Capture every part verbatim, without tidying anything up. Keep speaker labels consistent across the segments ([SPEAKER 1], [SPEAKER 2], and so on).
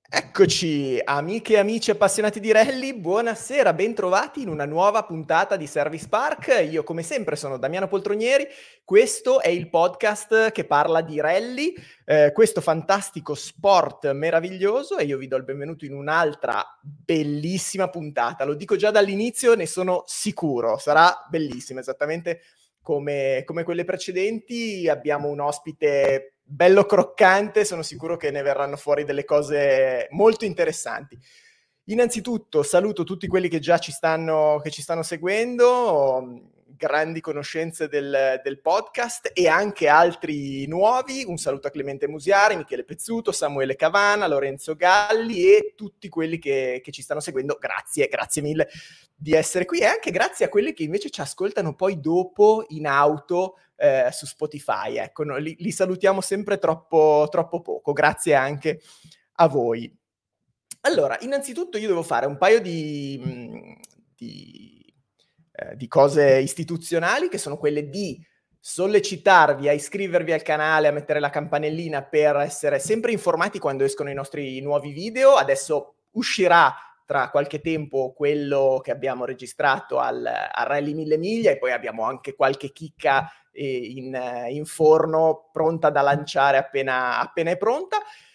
[SPEAKER 1] Eccoci, amiche e amici appassionati di rally, buonasera, bentrovati in una nuova puntata di Service Park. Io come sempre sono Damiano Poltronieri, questo è il podcast che parla di rally, eh, questo fantastico sport meraviglioso, e io vi do il benvenuto in un'altra bellissima puntata. Lo dico già dall'inizio, ne sono sicuro, sarà bellissima, esattamente come, come quelle precedenti. Abbiamo un ospite bello croccante, sono sicuro che ne verranno fuori delle cose molto interessanti. Innanzitutto saluto tutti quelli che già ci stanno, che ci stanno seguendo, grandi conoscenze del, del podcast, e anche altri nuovi. Un saluto a Clemente Musiari, Michele Pezzuto, Samuele Cavana, Lorenzo Galli e tutti quelli che, che ci stanno seguendo. Grazie, grazie mille di essere qui, e anche grazie a quelli che invece ci ascoltano poi dopo in auto eh, su Spotify. Ecco, no, li, li salutiamo sempre troppo, troppo poco. Grazie anche a voi. Allora, innanzitutto io devo fare un paio di, mh, di, eh, di cose istituzionali, che sono quelle di sollecitarvi a iscrivervi al canale, a mettere la campanellina per essere sempre informati quando escono i nostri nuovi video. Adesso uscirà tra qualche tempo quello che abbiamo registrato al, al Rally Mille Miglia, e poi abbiamo anche qualche chicca eh, in, in forno pronta da lanciare appena, appena è pronta.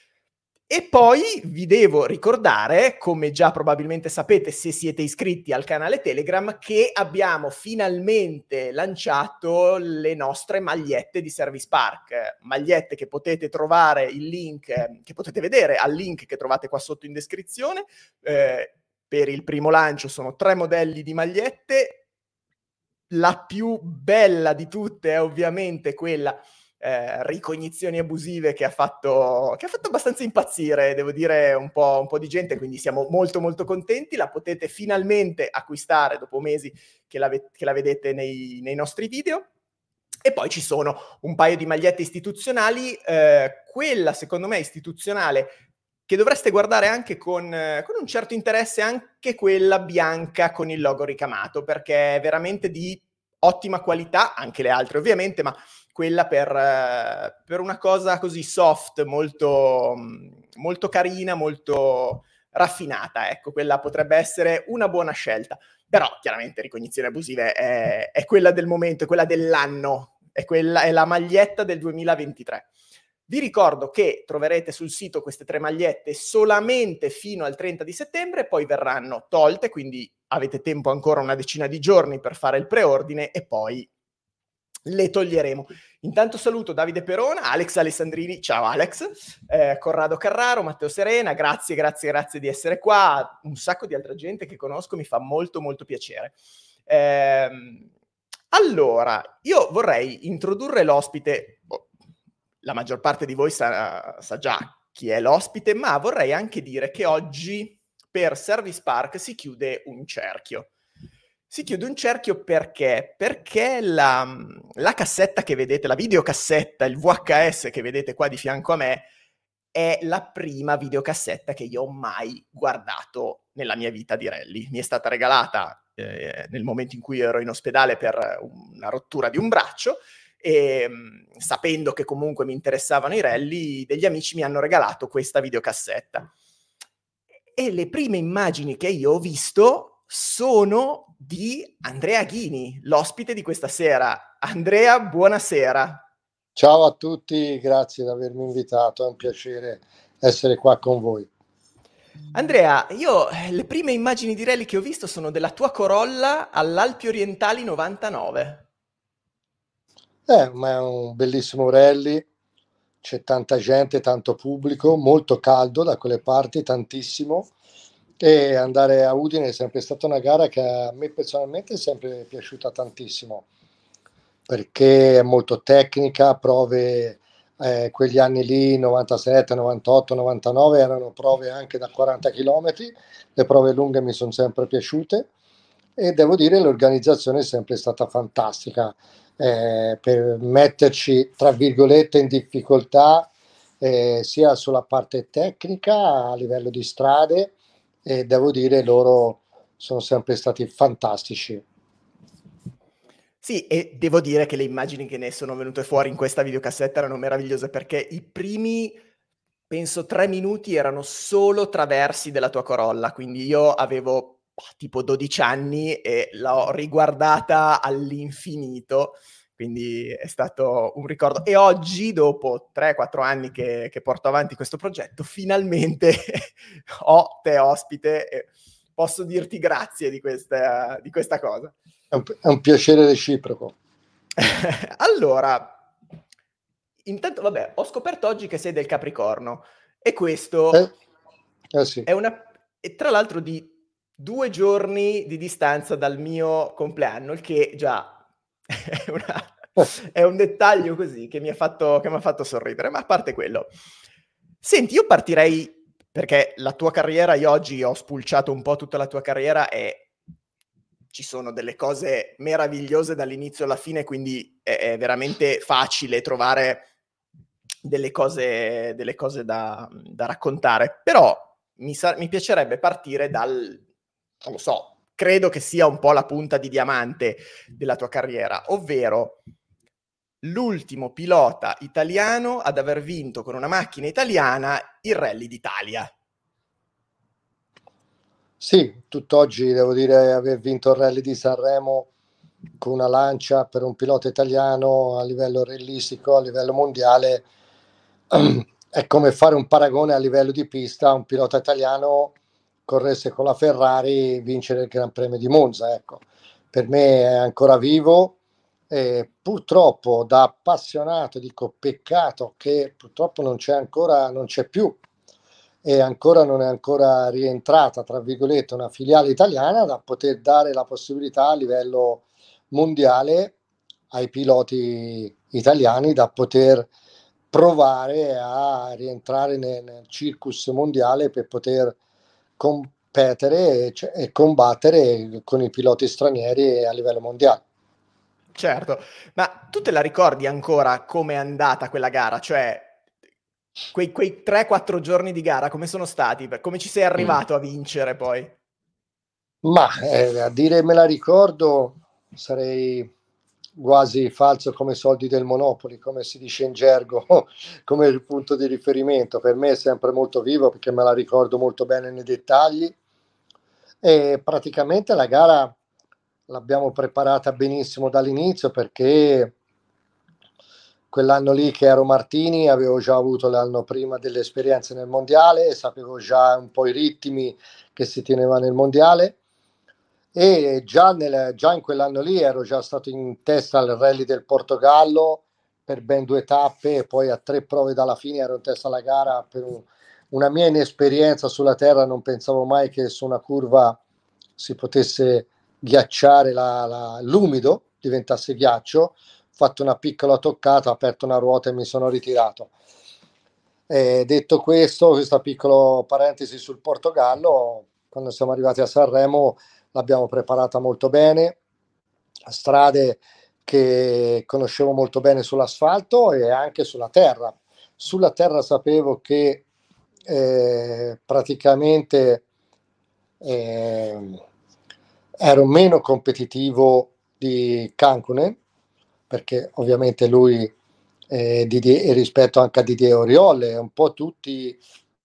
[SPEAKER 1] E poi vi devo ricordare, come già probabilmente sapete se siete iscritti al canale Telegram, che abbiamo finalmente lanciato le nostre magliette di Service Park. Magliette che potete trovare il link, che potete vedere al link che trovate qua sotto in descrizione. Eh, per il primo lancio sono tre modelli di magliette. La più bella di tutte è ovviamente quella Eh, ricognizioni abusive che ha fatto che ha fatto abbastanza impazzire, devo dire, un po', un po' di gente, quindi siamo molto molto contenti. La potete finalmente acquistare dopo mesi che la, ve- che la vedete nei, nei nostri video. E poi ci sono un paio di magliette istituzionali, eh, quella secondo me istituzionale che dovreste guardare anche con, eh, con un certo interesse, anche quella bianca con il logo ricamato, perché è veramente di ottima qualità, anche le altre ovviamente, ma quella per, eh, per una cosa così soft, molto, molto carina, molto raffinata. Ecco, quella potrebbe essere una buona scelta. Però chiaramente ricognizioni abusive è, è quella del momento, è quella dell'anno, è, quella, è la maglietta del duemilaventitré. Vi ricordo che troverete sul sito queste tre magliette solamente fino al trenta di settembre, poi verranno tolte, quindi avete tempo ancora una decina di giorni per fare il preordine e poi le toglieremo. Intanto saluto Davide Perona, Alex Alessandrini, ciao Alex, eh, Corrado Carraro, Matteo Serena, grazie, grazie, grazie di essere qua, un sacco di altra gente che conosco, mi fa molto, molto piacere. Eh, allora, io vorrei introdurre l'ospite, oh, la maggior parte di voi sa, sa già chi è l'ospite, ma vorrei anche dire che oggi per Service Park si chiude un cerchio. Si chiude un cerchio perché? Perché la, la cassetta che vedete, la videocassetta, il V H S che vedete qua di fianco a me, è la prima videocassetta che io ho mai guardato nella mia vita di rally. Mi è stata regalata eh, nel momento in cui ero in ospedale per una rottura di un braccio, e sapendo che comunque mi interessavano i rally, degli amici mi hanno regalato questa videocassetta. E le prime immagini che io ho visto sono di Andrea Ghini, l'ospite di questa sera. Andrea, buonasera.
[SPEAKER 2] Ciao a tutti, grazie di avermi invitato, è un piacere essere qua con voi.
[SPEAKER 1] Andrea, io le prime immagini di rally che ho visto sono della tua Corolla all'Alpi Orientali novantanove.
[SPEAKER 2] Eh, ma è un bellissimo rally, c'è tanta gente, tanto pubblico, molto caldo da quelle parti, tantissimo, e andare a Udine è sempre stata una gara che a me personalmente è sempre piaciuta tantissimo, perché è molto tecnica, prove, eh, quegli anni lì, novantasette, novantotto, novantanove, erano prove anche da quaranta chilometri, le prove lunghe mi sono sempre piaciute, e devo dire l'organizzazione è sempre stata fantastica, eh, per metterci tra virgolette in difficoltà, eh, sia sulla parte tecnica a livello di strade, e devo dire loro sono sempre stati fantastici.
[SPEAKER 1] Sì, e devo dire che le immagini che ne sono venute fuori in questa videocassetta erano meravigliose, perché i primi penso tre minuti erano solo traversi della tua Corolla, quindi io avevo tipo dodici anni e l'ho riguardata all'infinito, quindi è stato un ricordo. E oggi, dopo tre quattro anni che, che porto avanti questo progetto, finalmente ho te ospite e posso dirti grazie di questa, di questa cosa.
[SPEAKER 2] È un, è un piacere reciproco.
[SPEAKER 1] Allora, intanto, vabbè, ho scoperto oggi che sei del Capricorno e questo
[SPEAKER 2] eh, eh sì.
[SPEAKER 1] è una... e tra l'altro di due giorni di distanza dal mio compleanno, il che già è, una, è un dettaglio così che mi ha fatto, che mi ha fatto sorridere, ma a parte quello. Senti, io partirei, perché la tua carriera, io oggi ho spulciato un po' tutta la tua carriera e ci sono delle cose meravigliose dall'inizio alla fine, quindi è, è veramente facile trovare delle cose, delle cose da, da raccontare. Però mi, sa- mi piacerebbe partire dal, non lo so, credo che sia un po' la punta di diamante della tua carriera, ovvero l'ultimo pilota italiano ad aver vinto con una macchina italiana il Rally d'Italia.
[SPEAKER 2] Sì, tutt'oggi devo dire aver vinto il Rally di Sanremo con una lancia per un pilota italiano a livello rallistico, a livello mondiale, è come fare un paragone a livello di pista, un pilota italiano corresse con la Ferrari, vincere il Gran Premio di Monza. Ecco, per me è ancora vivo e purtroppo da appassionato dico peccato che purtroppo non c'è ancora, non c'è più e ancora non è ancora rientrata, tra virgolette, una filiale italiana da poter dare la possibilità a livello mondiale ai piloti italiani da poter provare a rientrare nel, nel circus mondiale per poter competere e, cioè, e combattere con i piloti stranieri a livello mondiale.
[SPEAKER 1] Certo, ma tu te la ricordi ancora come è andata quella gara? Cioè, quei, quei tre quattro giorni di gara, come sono stati? Come ci sei arrivato mm. a vincere poi?
[SPEAKER 2] Ma eh, a dire me la ricordo sarei quasi falso come soldi del Monopoli, come si dice in gergo, come il punto di riferimento. Per me è sempre molto vivo perché me la ricordo molto bene nei dettagli e praticamente la gara l'abbiamo preparata benissimo dall'inizio perché quell'anno lì che ero Martini avevo già avuto l'anno prima delle esperienze nel mondiale, sapevo già un po' i ritmi che si teneva nel mondiale e già, nel, già in quell'anno lì ero già stato in testa al Rally del Portogallo per ben due tappe e poi a tre prove dalla fine ero in testa alla gara. Per un, una mia inesperienza sulla terra non pensavo mai che su una curva si potesse ghiacciare la, la, l'umido, diventasse ghiaccio. Ho fatto una piccola toccata, ho aperto una ruota e mi sono ritirato. E detto questo, questa piccola parentesi sul Portogallo, quando siamo arrivati a Sanremo l'abbiamo preparata molto bene, strade che conoscevo molto bene sull'asfalto e anche sulla terra. Sulla terra sapevo che eh, praticamente eh, ero meno competitivo di Cancunen, perché ovviamente lui eh, Didier, rispetto anche a Didier Oriolle, un po' tutti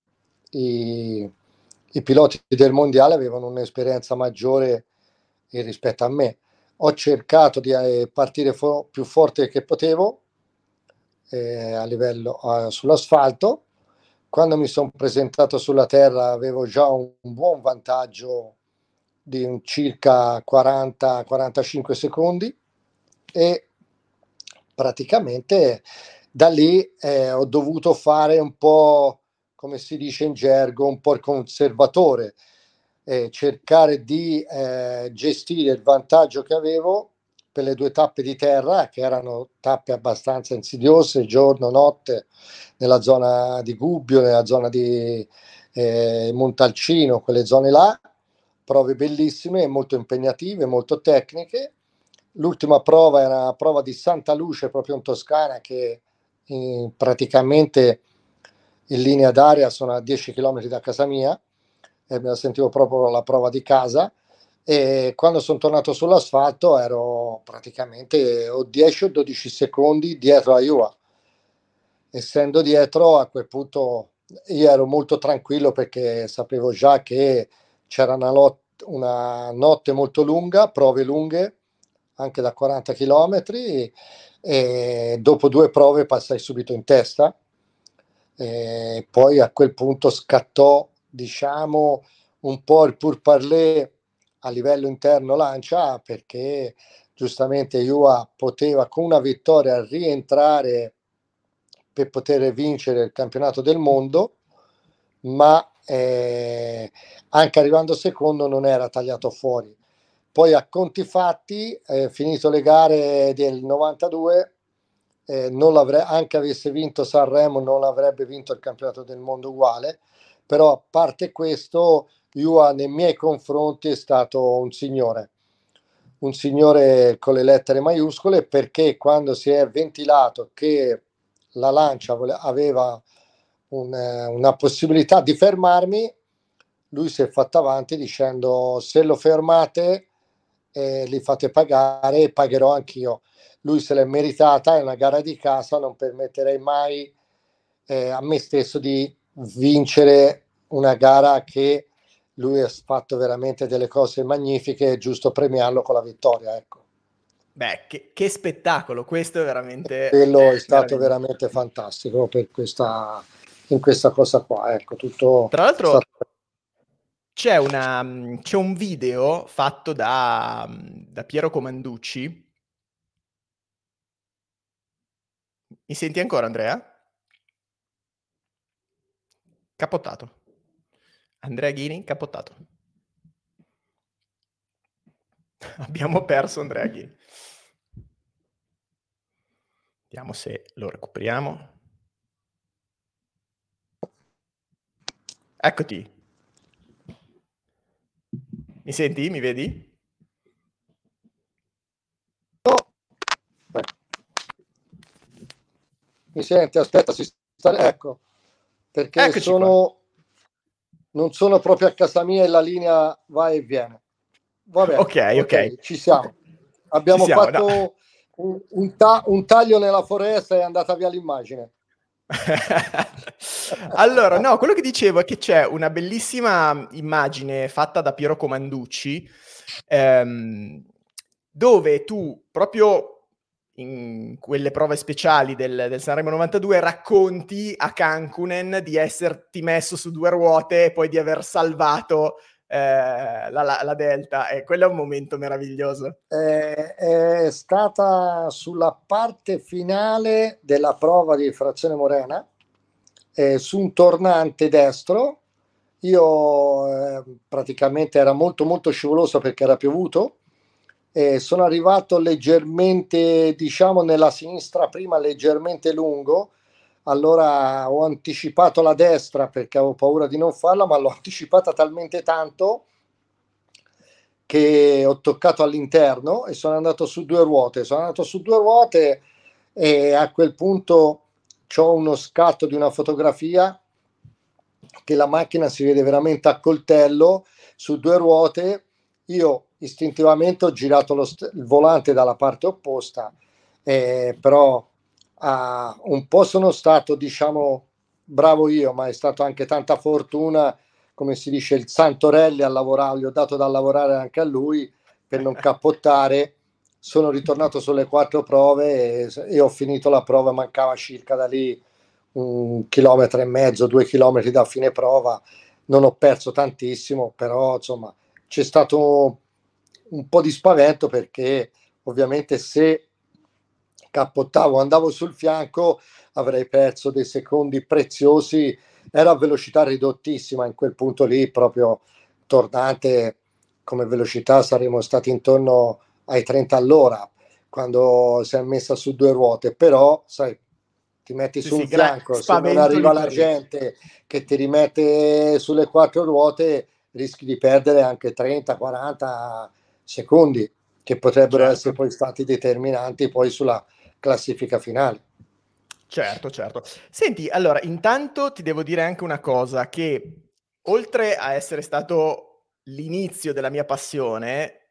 [SPEAKER 2] i i piloti del mondiale avevano un'esperienza maggiore rispetto a me. Ho cercato di partire fo- più forte che potevo eh, a livello uh, sull'asfalto. Quando mi sono presentato sulla terra avevo già un, un buon vantaggio di un circa quaranta quarantacinque secondi e praticamente da lì eh, ho dovuto fare un po', come si dice in gergo, un po' il conservatore, eh, cercare di eh, gestire il vantaggio che avevo per le due tappe di terra, che erano tappe abbastanza insidiose, giorno, notte, nella zona di Gubbio, nella zona di eh, Montalcino, quelle zone là, prove bellissime, molto impegnative, molto tecniche. L'ultima prova era una prova di Santa Luce, proprio in Toscana, che eh, praticamente in linea d'aria sono a dieci chilometri da casa mia e me la sentivo proprio la prova di casa e quando sono tornato sull'asfalto ero praticamente o dieci o dodici secondi dietro a Iua. Essendo dietro a quel punto io ero molto tranquillo perché sapevo già che c'era una, lot- una notte molto lunga, prove lunghe, anche da quaranta chilometri, e dopo due prove passai subito in testa. E poi a quel punto scattò, diciamo, un po' il pourparlers a livello interno Lancia, perché giustamente Juha poteva con una vittoria rientrare per poter vincere il campionato del mondo, ma eh, anche arrivando secondo non era tagliato fuori. Poi a conti fatti, eh, finito le gare del novantadue, eh, non l'avrebbe, anche avesse vinto Sanremo, non avrebbe vinto il campionato del mondo uguale, però a parte questo, Juha nei miei confronti è stato un signore, un signore con le lettere maiuscole, perché quando si è ventilato che la Lancia vole- aveva un, eh, una possibilità di fermarmi, lui si è fatto avanti dicendo: se lo fermate eh, li fate pagare e pagherò anch'io. Lui se l'è meritata, è una gara di casa, non permetterei mai eh, a me stesso di vincere una gara che lui ha fatto veramente delle cose magnifiche, è giusto premiarlo con la vittoria, ecco.
[SPEAKER 1] Beh, che, che spettacolo, questo è veramente
[SPEAKER 2] Quello è stato
[SPEAKER 1] meraviglioso.
[SPEAKER 2] veramente fantastico per questa, in questa cosa qua, ecco, tutto
[SPEAKER 1] Tra
[SPEAKER 2] è stato...
[SPEAKER 1] l'altro c'è, una, c'è un video fatto da, da Piero Comanducci. Mi senti ancora, Andrea? Capottato. Andrea Ghini, capottato. Abbiamo perso Andrea Ghini. Vediamo se lo recuperiamo. Eccoti. Mi senti? Mi vedi?
[SPEAKER 2] Beh. Mi senti? Aspetta, si sta... ecco, perché
[SPEAKER 1] Eccoci qua.
[SPEAKER 2] sono... non sono proprio a casa mia e la linea va e viene. Vabbè,
[SPEAKER 1] Ok, ok.
[SPEAKER 2] ok, ci siamo.
[SPEAKER 1] Ci
[SPEAKER 2] Abbiamo
[SPEAKER 1] siamo, no.
[SPEAKER 2] fatto un, un, ta- un taglio nella foresta e è andata via l'immagine.
[SPEAKER 1] Allora, no, quello che dicevo è che c'è una bellissima immagine fatta da Piero Comanducci, ehm, dove tu, proprio in quelle prove speciali del, del Sanremo novantadue, racconti a Kankunen di esserti messo su due ruote e poi di aver salvato eh, la, la, la Delta, e quello è un momento meraviglioso.
[SPEAKER 2] Eh, è stata sulla parte finale della prova di Frazione Morena, eh, su un tornante destro. Io eh, praticamente era molto molto scivoloso perché era piovuto. Eh, sono arrivato leggermente, diciamo, nella sinistra prima, leggermente lungo. Allora ho anticipato la destra perché avevo paura di non farla, ma l'ho anticipata talmente tanto che ho toccato all'interno e sono andato su due ruote. Sono andato su due ruote e a quel punto c'ho uno scatto di una fotografia che la macchina si vede veramente a coltello su due ruote. Io istintivamente ho girato lo st- il volante dalla parte opposta, eh, però ah, un po' sono stato, diciamo, bravo io, ma è stata anche tanta fortuna, come si dice, il Santorelli a lavorare, gli ho dato da lavorare anche a lui per non cappottare. Sono ritornato sulle quattro prove e, e ho finito la prova, mancava circa da lì un chilometro e mezzo, due chilometri da fine prova. Non ho perso tantissimo, però insomma c'è stato un po' di spavento perché ovviamente se cappottavo, andavo sul fianco, avrei perso dei secondi preziosi. Era a velocità ridottissima in quel punto lì, proprio tornante come velocità saremmo stati intorno ai trenta all'ora quando si è messa su due ruote, però sai, ti metti
[SPEAKER 1] Sì,
[SPEAKER 2] su
[SPEAKER 1] sì,
[SPEAKER 2] un
[SPEAKER 1] gra-
[SPEAKER 2] fianco, se non
[SPEAKER 1] spavento
[SPEAKER 2] arriva
[SPEAKER 1] lì
[SPEAKER 2] la
[SPEAKER 1] per lì.
[SPEAKER 2] gente che ti rimette sulle quattro ruote, rischi di perdere anche trenta quaranta secondi che potrebbero essere
[SPEAKER 1] Certo.
[SPEAKER 2] poi stati determinanti poi sulla classifica finale.
[SPEAKER 1] Certo, certo. Senti, allora, intanto ti devo dire anche una cosa, che oltre a essere stato l'inizio della mia passione,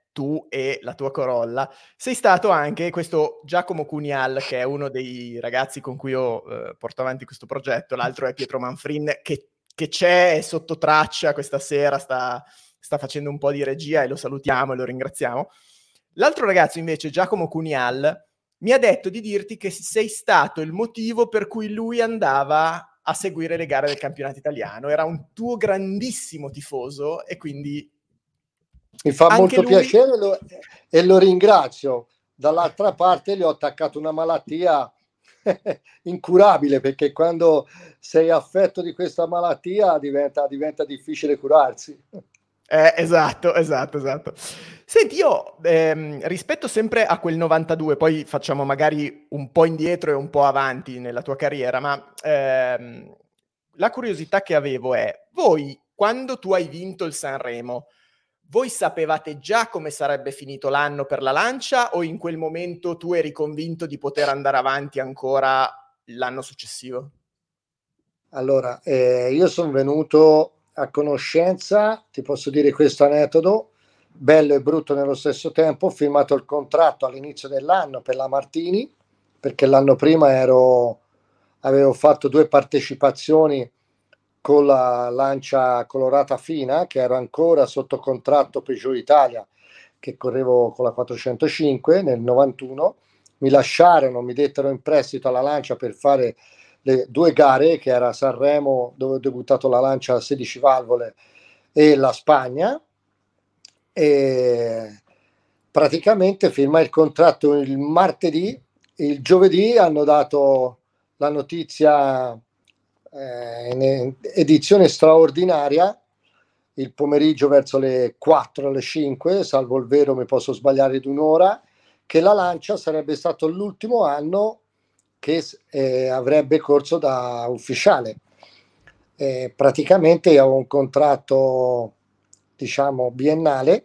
[SPEAKER 1] tu e la tua Corolla, sei stato anche questo Giacomo Cunial, che è uno dei ragazzi con cui io eh, porto avanti questo progetto, l'altro è Pietro Manfrin, che, che c'è, è sotto traccia questa sera, sta, sta facendo un po' di regia e lo salutiamo e lo ringraziamo. L'altro ragazzo invece, Giacomo Cunial, mi ha detto di dirti che sei stato il motivo per cui lui andava a seguire le gare del campionato italiano. Era un tuo grandissimo tifoso e quindi
[SPEAKER 2] mi fa
[SPEAKER 1] anche
[SPEAKER 2] molto
[SPEAKER 1] lui...
[SPEAKER 2] piacere lo, e lo ringrazio. Dall'altra parte gli ho attaccato una malattia incurabile, perché quando sei affetto di questa malattia diventa, diventa difficile curarsi.
[SPEAKER 1] Eh, esatto, esatto, esatto. Senti, io ehm, rispetto sempre a quel novantadue, poi facciamo magari un po' indietro e un po' avanti nella tua carriera, ma ehm, la curiosità che avevo è, voi, quando tu hai vinto il Sanremo, voi sapevate già come sarebbe finito l'anno per la Lancia o in quel momento tu eri convinto di poter andare avanti ancora l'anno successivo?
[SPEAKER 2] Allora, eh, io sono venuto a conoscenza, ti posso dire questo aneddoto, bello e brutto nello stesso tempo. Ho firmato il contratto all'inizio dell'anno per la Martini, perché l'anno prima ero, avevo fatto due partecipazioni con la Lancia Colorata Fina, che ero ancora sotto contratto Peugeot Italia, che correvo con la quattrocentocinque nel novantuno. Mi lasciarono, mi dettero in prestito alla Lancia per fare le due gare, che era Sanremo, dove ho debuttato la Lancia a sedici valvole, e la Spagna, e praticamente firmai il contratto il martedì. Il giovedì hanno dato la notizia eh, in edizione straordinaria, il pomeriggio verso le quattro, alle cinque, salvo il vero mi posso sbagliare di un'ora, che la Lancia sarebbe stato l'ultimo anno che eh, avrebbe corso da ufficiale. Eh, praticamente avevo un contratto, diciamo, biennale,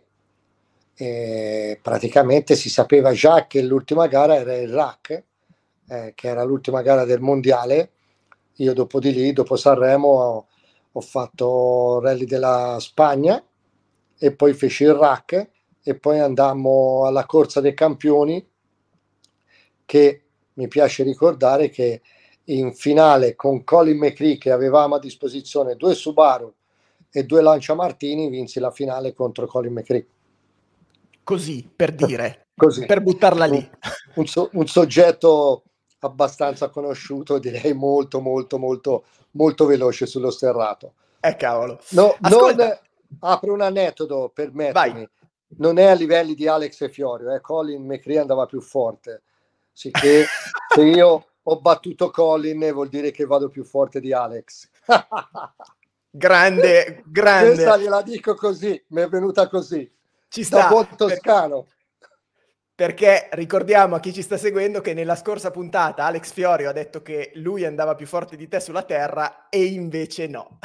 [SPEAKER 2] e praticamente si sapeva già che l'ultima gara era il R A C, eh, che era l'ultima gara del mondiale. Io dopo di lì, dopo Sanremo, ho, ho fatto Rally della Spagna e poi feci il R A C e poi andammo alla Corsa dei Campioni, che mi piace ricordare che in finale con Colin McRae, che avevamo a disposizione due Subaru e due Lancia Martini, vinsi la finale contro Colin McRae.
[SPEAKER 1] Così, per dire,
[SPEAKER 2] Così.
[SPEAKER 1] per buttarla lì.
[SPEAKER 2] Un, un, so, un soggetto abbastanza conosciuto, direi molto, molto, molto, molto veloce sullo sterrato.
[SPEAKER 1] Eh cavolo.
[SPEAKER 2] No, non
[SPEAKER 1] Ascolta.
[SPEAKER 2] apro un aneddoto, permettimi.
[SPEAKER 1] Vai.
[SPEAKER 2] Non è a livelli di Alex e Fiorio, eh. Colin McRae andava più forte, sicché se io ho battuto Colin vuol dire che vado più forte di Alex.
[SPEAKER 1] Grande, grande.
[SPEAKER 2] Questa gliela dico così, mi è venuta così.
[SPEAKER 1] Ci
[SPEAKER 2] da
[SPEAKER 1] sta.
[SPEAKER 2] buon toscano.
[SPEAKER 1] Perché ricordiamo a chi ci sta seguendo che nella scorsa puntata Alex Fiorio ha detto che lui andava più forte di te sulla terra e invece no.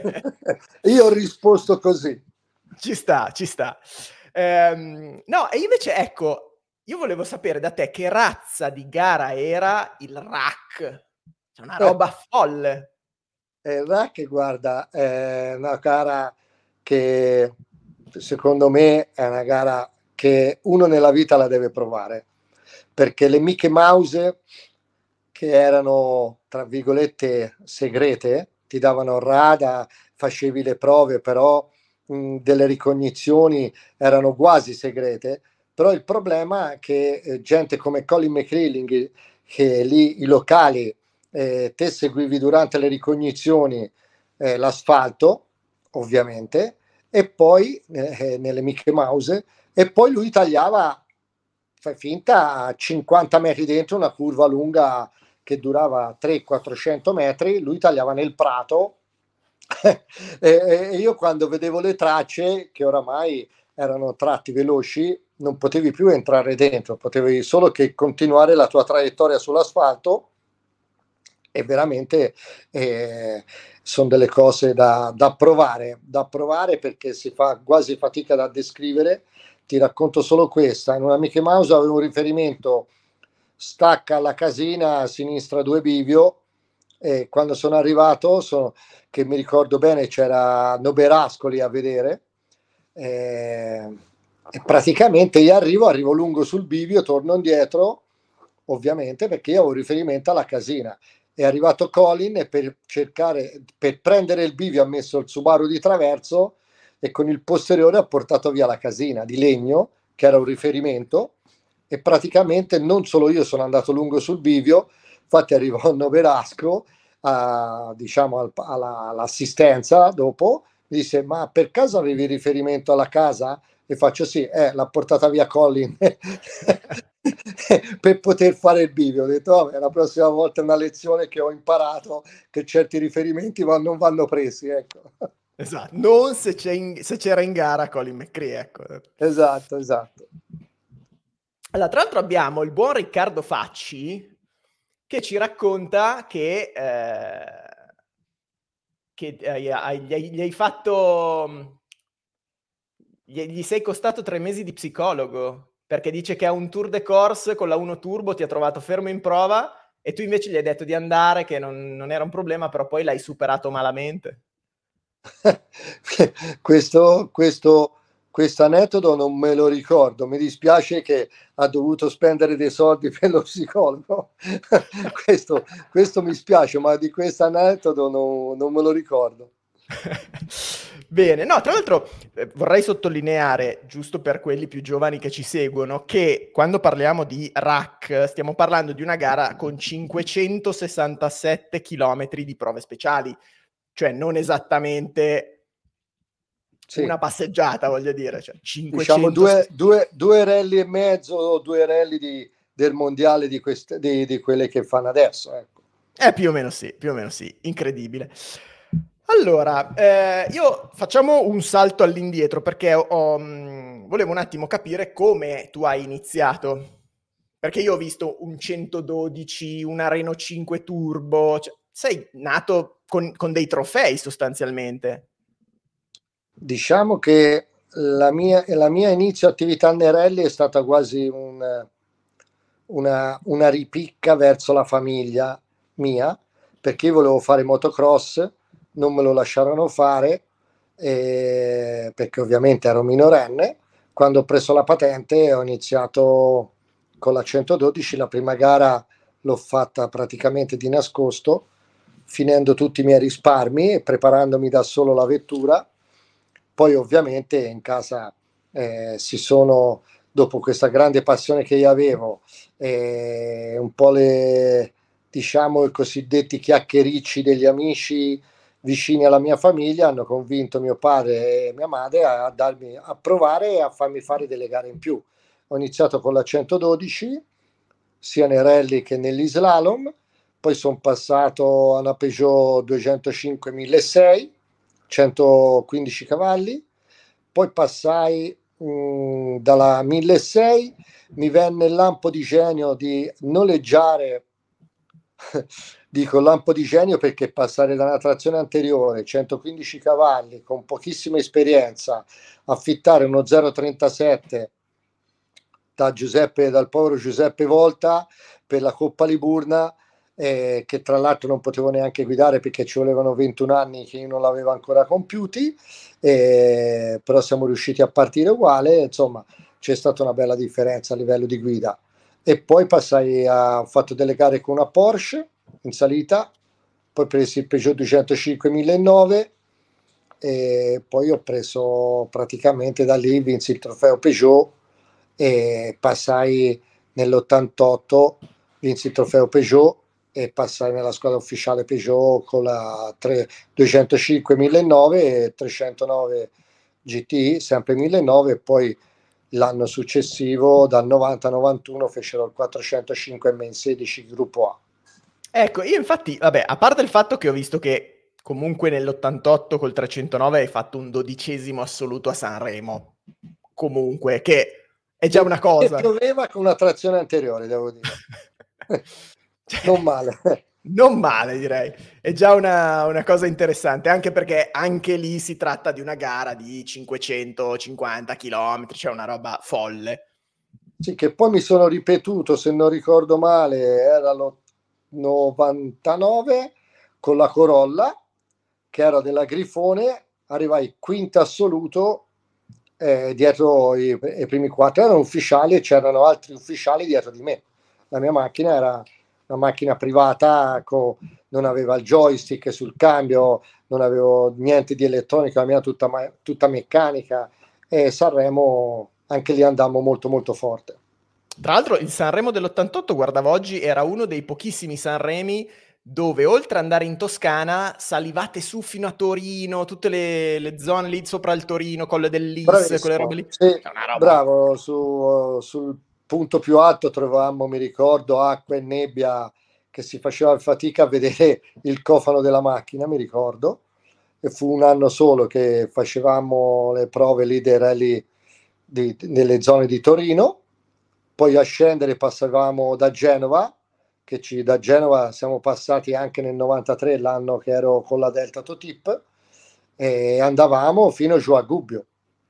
[SPEAKER 2] Io ho risposto così.
[SPEAKER 1] Ci sta, ci sta. Ehm, no, e invece ecco, io volevo sapere da te che razza di gara era il R A C. C'è una roba eh. folle.
[SPEAKER 2] Il R A C, guarda, è una gara che secondo me è una gara che uno nella vita la deve provare, perché le Mickey Mouse, che erano tra virgolette segrete, ti davano rada, facevi le prove, però mh, delle ricognizioni erano quasi segrete. Però il problema è che eh, gente come Colin McRae, che lì i locali, eh, te seguivi durante le ricognizioni eh, l'asfalto, ovviamente, e poi eh, nelle Mickey Mouse, e poi lui tagliava, fai finta, cinquanta metri dentro una curva lunga che durava trecento quattrocento metri, lui tagliava nel prato e, e io quando vedevo le tracce, che oramai erano tratti veloci, non potevi più entrare dentro, potevi solo che continuare la tua traiettoria sull'asfalto, e veramente eh, sono delle cose da, da provare, da provare perché si fa quasi fatica da descrivere. Ti racconto solo questa: in una Mickey Mouse avevo un riferimento, stacca alla casina a sinistra due bivio, e quando sono arrivato, sono, che mi ricordo bene, c'era Noberascoli a vedere, eh, E praticamente io arrivo, arrivo lungo sul bivio, torno indietro, ovviamente, perché io avevo riferimento alla casina. È arrivato Colin e per cercare, per prendere il bivio ha messo il Subaru di traverso e con il posteriore ha portato via la casina di legno, che era un riferimento, e praticamente non solo io sono andato lungo sul bivio, infatti arrivò il Noverasco, a, diciamo, al, alla, all'assistenza dopo, mi disse, ma per caso avevi riferimento alla casa? E faccio sì, eh, l'ha portata via Colin per poter fare il bivio. Ho detto, vabbè, la prossima volta è una lezione che ho imparato, che certi riferimenti va, non vanno presi, ecco.
[SPEAKER 1] Esatto, non se, c'è in, se c'era in gara Colin McRae, ecco.
[SPEAKER 2] Esatto, esatto.
[SPEAKER 1] Allora, tra l'altro abbiamo il buon Riccardo Facci che ci racconta che, eh, che eh, gli, hai, gli hai fatto, gli, gli sei costato tre mesi di psicologo, perché dice che a un tour de course con la uno Turbo ti ha trovato fermo in prova e tu invece gli hai detto di andare, che non, non era un problema, però poi l'hai superato malamente.
[SPEAKER 2] questo, questo, questo aneddoto non me lo ricordo, mi dispiace che ha dovuto spendere dei soldi per lo psicologo. questo, questo mi spiace, ma di questo aneddoto non, non me lo ricordo.
[SPEAKER 1] Bene, no, tra l'altro eh, vorrei sottolineare, giusto per quelli più giovani che ci seguono, che quando parliamo di R A C stiamo parlando di una gara con cinquecentosessantasette chilometri di prove speciali, cioè non esattamente
[SPEAKER 2] sì.
[SPEAKER 1] Una passeggiata, voglio dire. Cioè
[SPEAKER 2] cinquecento... Diciamo due, due, due rally e mezzo, due rally di, del mondiale di, queste, di, di quelle che fanno adesso. Ecco.
[SPEAKER 1] Eh, più o meno sì, più o meno sì, incredibile. Allora, eh, io facciamo un salto all'indietro perché ho, ho, mh, volevo un attimo capire come tu hai iniziato. Perché io ho visto un centododici, una Renault cinque Turbo, cioè, sei nato con, con dei trofei sostanzialmente.
[SPEAKER 2] Diciamo che la mia, la mia inizio attività nei rally è stata quasi un, una, una ripicca verso la famiglia mia, perché io volevo fare motocross, non me lo lasciarono fare, eh, perché ovviamente ero minorenne. Quando ho preso la patente ho iniziato con la centododici, la prima gara l'ho fatta praticamente di nascosto, finendo tutti i miei risparmi e preparandomi da solo la vettura. Poi ovviamente in casa eh, si sono, dopo questa grande passione che io avevo, eh, un po' le, diciamo, i cosiddetti chiacchiericci degli amici vicini alla mia famiglia hanno convinto mio padre e mia madre a, darmi, a provare e a farmi fare delle gare in più. Ho iniziato con la centododici, sia nei rally che negli slalom, poi sono passato a una Peugeot duecentocinque milleseicento, centoquindici cavalli, poi passai mh, dalla milleseicento, mi venne il lampo di genio di noleggiare dico lampo di genio perché passare da una trazione anteriore centoquindici cavalli con pochissima esperienza, affittare uno zero virgola trentasette da Giuseppe, dal povero Giuseppe Volta per la Coppa Liburna, eh, che tra l'altro non potevo neanche guidare perché ci volevano ventuno anni che io non l'avevo ancora compiuti, eh, però siamo riusciti a partire uguale, insomma c'è stata una bella differenza a livello di guida. E poi passai a, ho fatto delle gare con una Porsche in salita, poi presi il Peugeot duecentocinque millenovecento e poi ho preso praticamente da lì, vinsi il trofeo Peugeot e passai nell'ottantotto, vinsi il trofeo Peugeot e passai nella squadra ufficiale Peugeot con la duecentocinque millenovecento e trecentonove G T, sempre millenovecento, e poi l'anno successivo, dal novanta novantuno, fecero il quattrocentocinque M sedici gruppo A.
[SPEAKER 1] Ecco, io infatti, vabbè, a parte il fatto che ho visto che comunque nell'ottantotto col trecentonove hai fatto un dodicesimo assoluto a Sanremo, comunque, che è già una cosa.
[SPEAKER 2] E pioveva con una trazione anteriore, devo dire.
[SPEAKER 1] Cioè,
[SPEAKER 2] non male.
[SPEAKER 1] Non male, direi. È già una, una cosa interessante, anche perché anche lì si tratta di una gara di cinquecentocinquanta chilometri, cioè una roba folle.
[SPEAKER 2] Sì, che poi mi sono ripetuto, se non ricordo male, era lo novantanove con la Corolla, che era della Grifone, arrivai quinto assoluto eh, dietro i, i primi quattro erano ufficiali e c'erano altri ufficiali dietro di me. La mia macchina era una macchina privata, co, non aveva il joystick sul cambio, non avevo niente di elettronica, la mia tutta, tutta meccanica, e Sanremo anche lì andammo molto molto forte.
[SPEAKER 1] Tra l'altro il Sanremo dell'ottantotto, guardavo oggi, era uno dei pochissimi Sanremi dove oltre ad andare in Toscana salivate su fino a Torino, tutte le, le zone lì sopra il Torino, Colle del Lis,
[SPEAKER 2] Bravissimo,
[SPEAKER 1] quelle robe lì.
[SPEAKER 2] sì,
[SPEAKER 1] una roba...
[SPEAKER 2] bravo, su, sul punto più alto trovavamo, mi ricordo, acqua e nebbia, che si faceva fatica a vedere il cofano della macchina, mi ricordo, e fu un anno solo che facevamo le prove lì dei rally di, nelle zone di Torino, poi a scendere passavamo da Genova, che ci, da Genova siamo passati anche nel novantatré, l'anno che ero con la Delta Totip, e andavamo fino giù a Gubbio.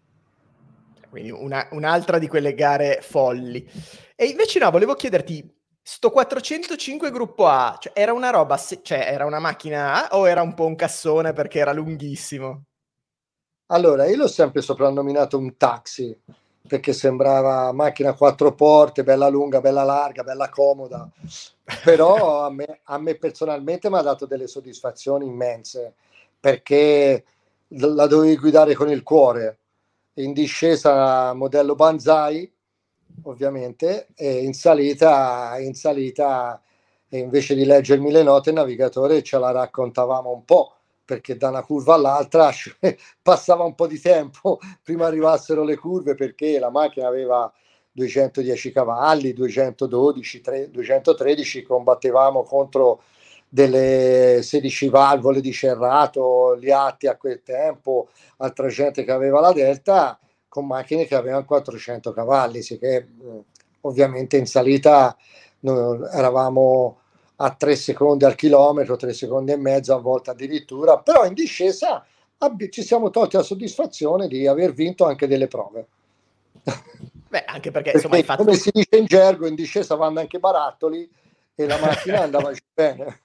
[SPEAKER 1] Quindi una, un'altra di quelle gare folli. E invece no, volevo chiederti, sto quattrocentocinque gruppo A, cioè era una roba, se- cioè era una macchina A o era un po' un cassone perché era lunghissimo?
[SPEAKER 2] Allora, io l'ho sempre soprannominato un taxi, perché sembrava macchina quattro porte, bella lunga, bella larga, bella comoda, però a me, a me personalmente mi ha dato delle soddisfazioni immense, perché la dovevi guidare con il cuore, in discesa modello Banzai, ovviamente, e in salita, in salita invece di leggermi le note, il navigatore ce la raccontavamo un po', perché da una curva all'altra passava un po' di tempo prima arrivassero le curve, perché la macchina aveva duecentodieci cavalli, duecentododici, duecentotredici, combattevamo contro delle sedici valvole di Cerrato, Liatti a quel tempo, altra gente che aveva la Delta, con macchine che avevano quattrocento cavalli, sì, che ovviamente in salita noi eravamo a tre secondi al chilometro, tre secondi e mezzo a volte addirittura, però in discesa abbi- ci siamo tolti la soddisfazione di aver vinto anche delle prove.
[SPEAKER 1] Beh, anche perché,
[SPEAKER 2] perché
[SPEAKER 1] insomma, hai fatto...
[SPEAKER 2] come si dice in gergo, in discesa vanno anche barattoli e la macchina andava bene.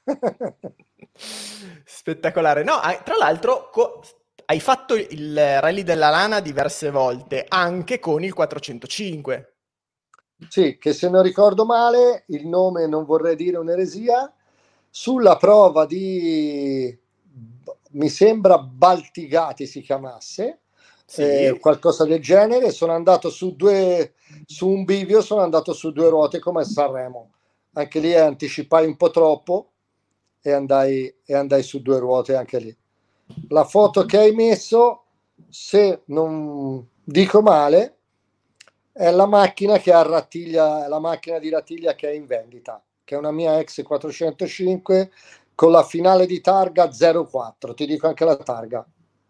[SPEAKER 1] Spettacolare. No, hai- tra l'altro co- hai fatto il Rally della Lana diverse volte, anche con il quattrocentocinque.
[SPEAKER 2] Sì, che se non ricordo male, il nome non vorrei dire un'eresia, sulla prova di, mi sembra Baltigati si chiamasse, eh,
[SPEAKER 1] Sì.
[SPEAKER 2] qualcosa del genere, sono andato su due, su un bivio, sono andato su due ruote come a Sanremo. Anche lì anticipai un po' troppo e andai, e andai su due ruote anche lì. La foto che hai messo, se non dico male, è la macchina che ha rattiglia, la macchina di rattiglia che è in vendita, che è una mia ex quattrocentocinque con la finale di targa zero quattro, ti dico anche la targa.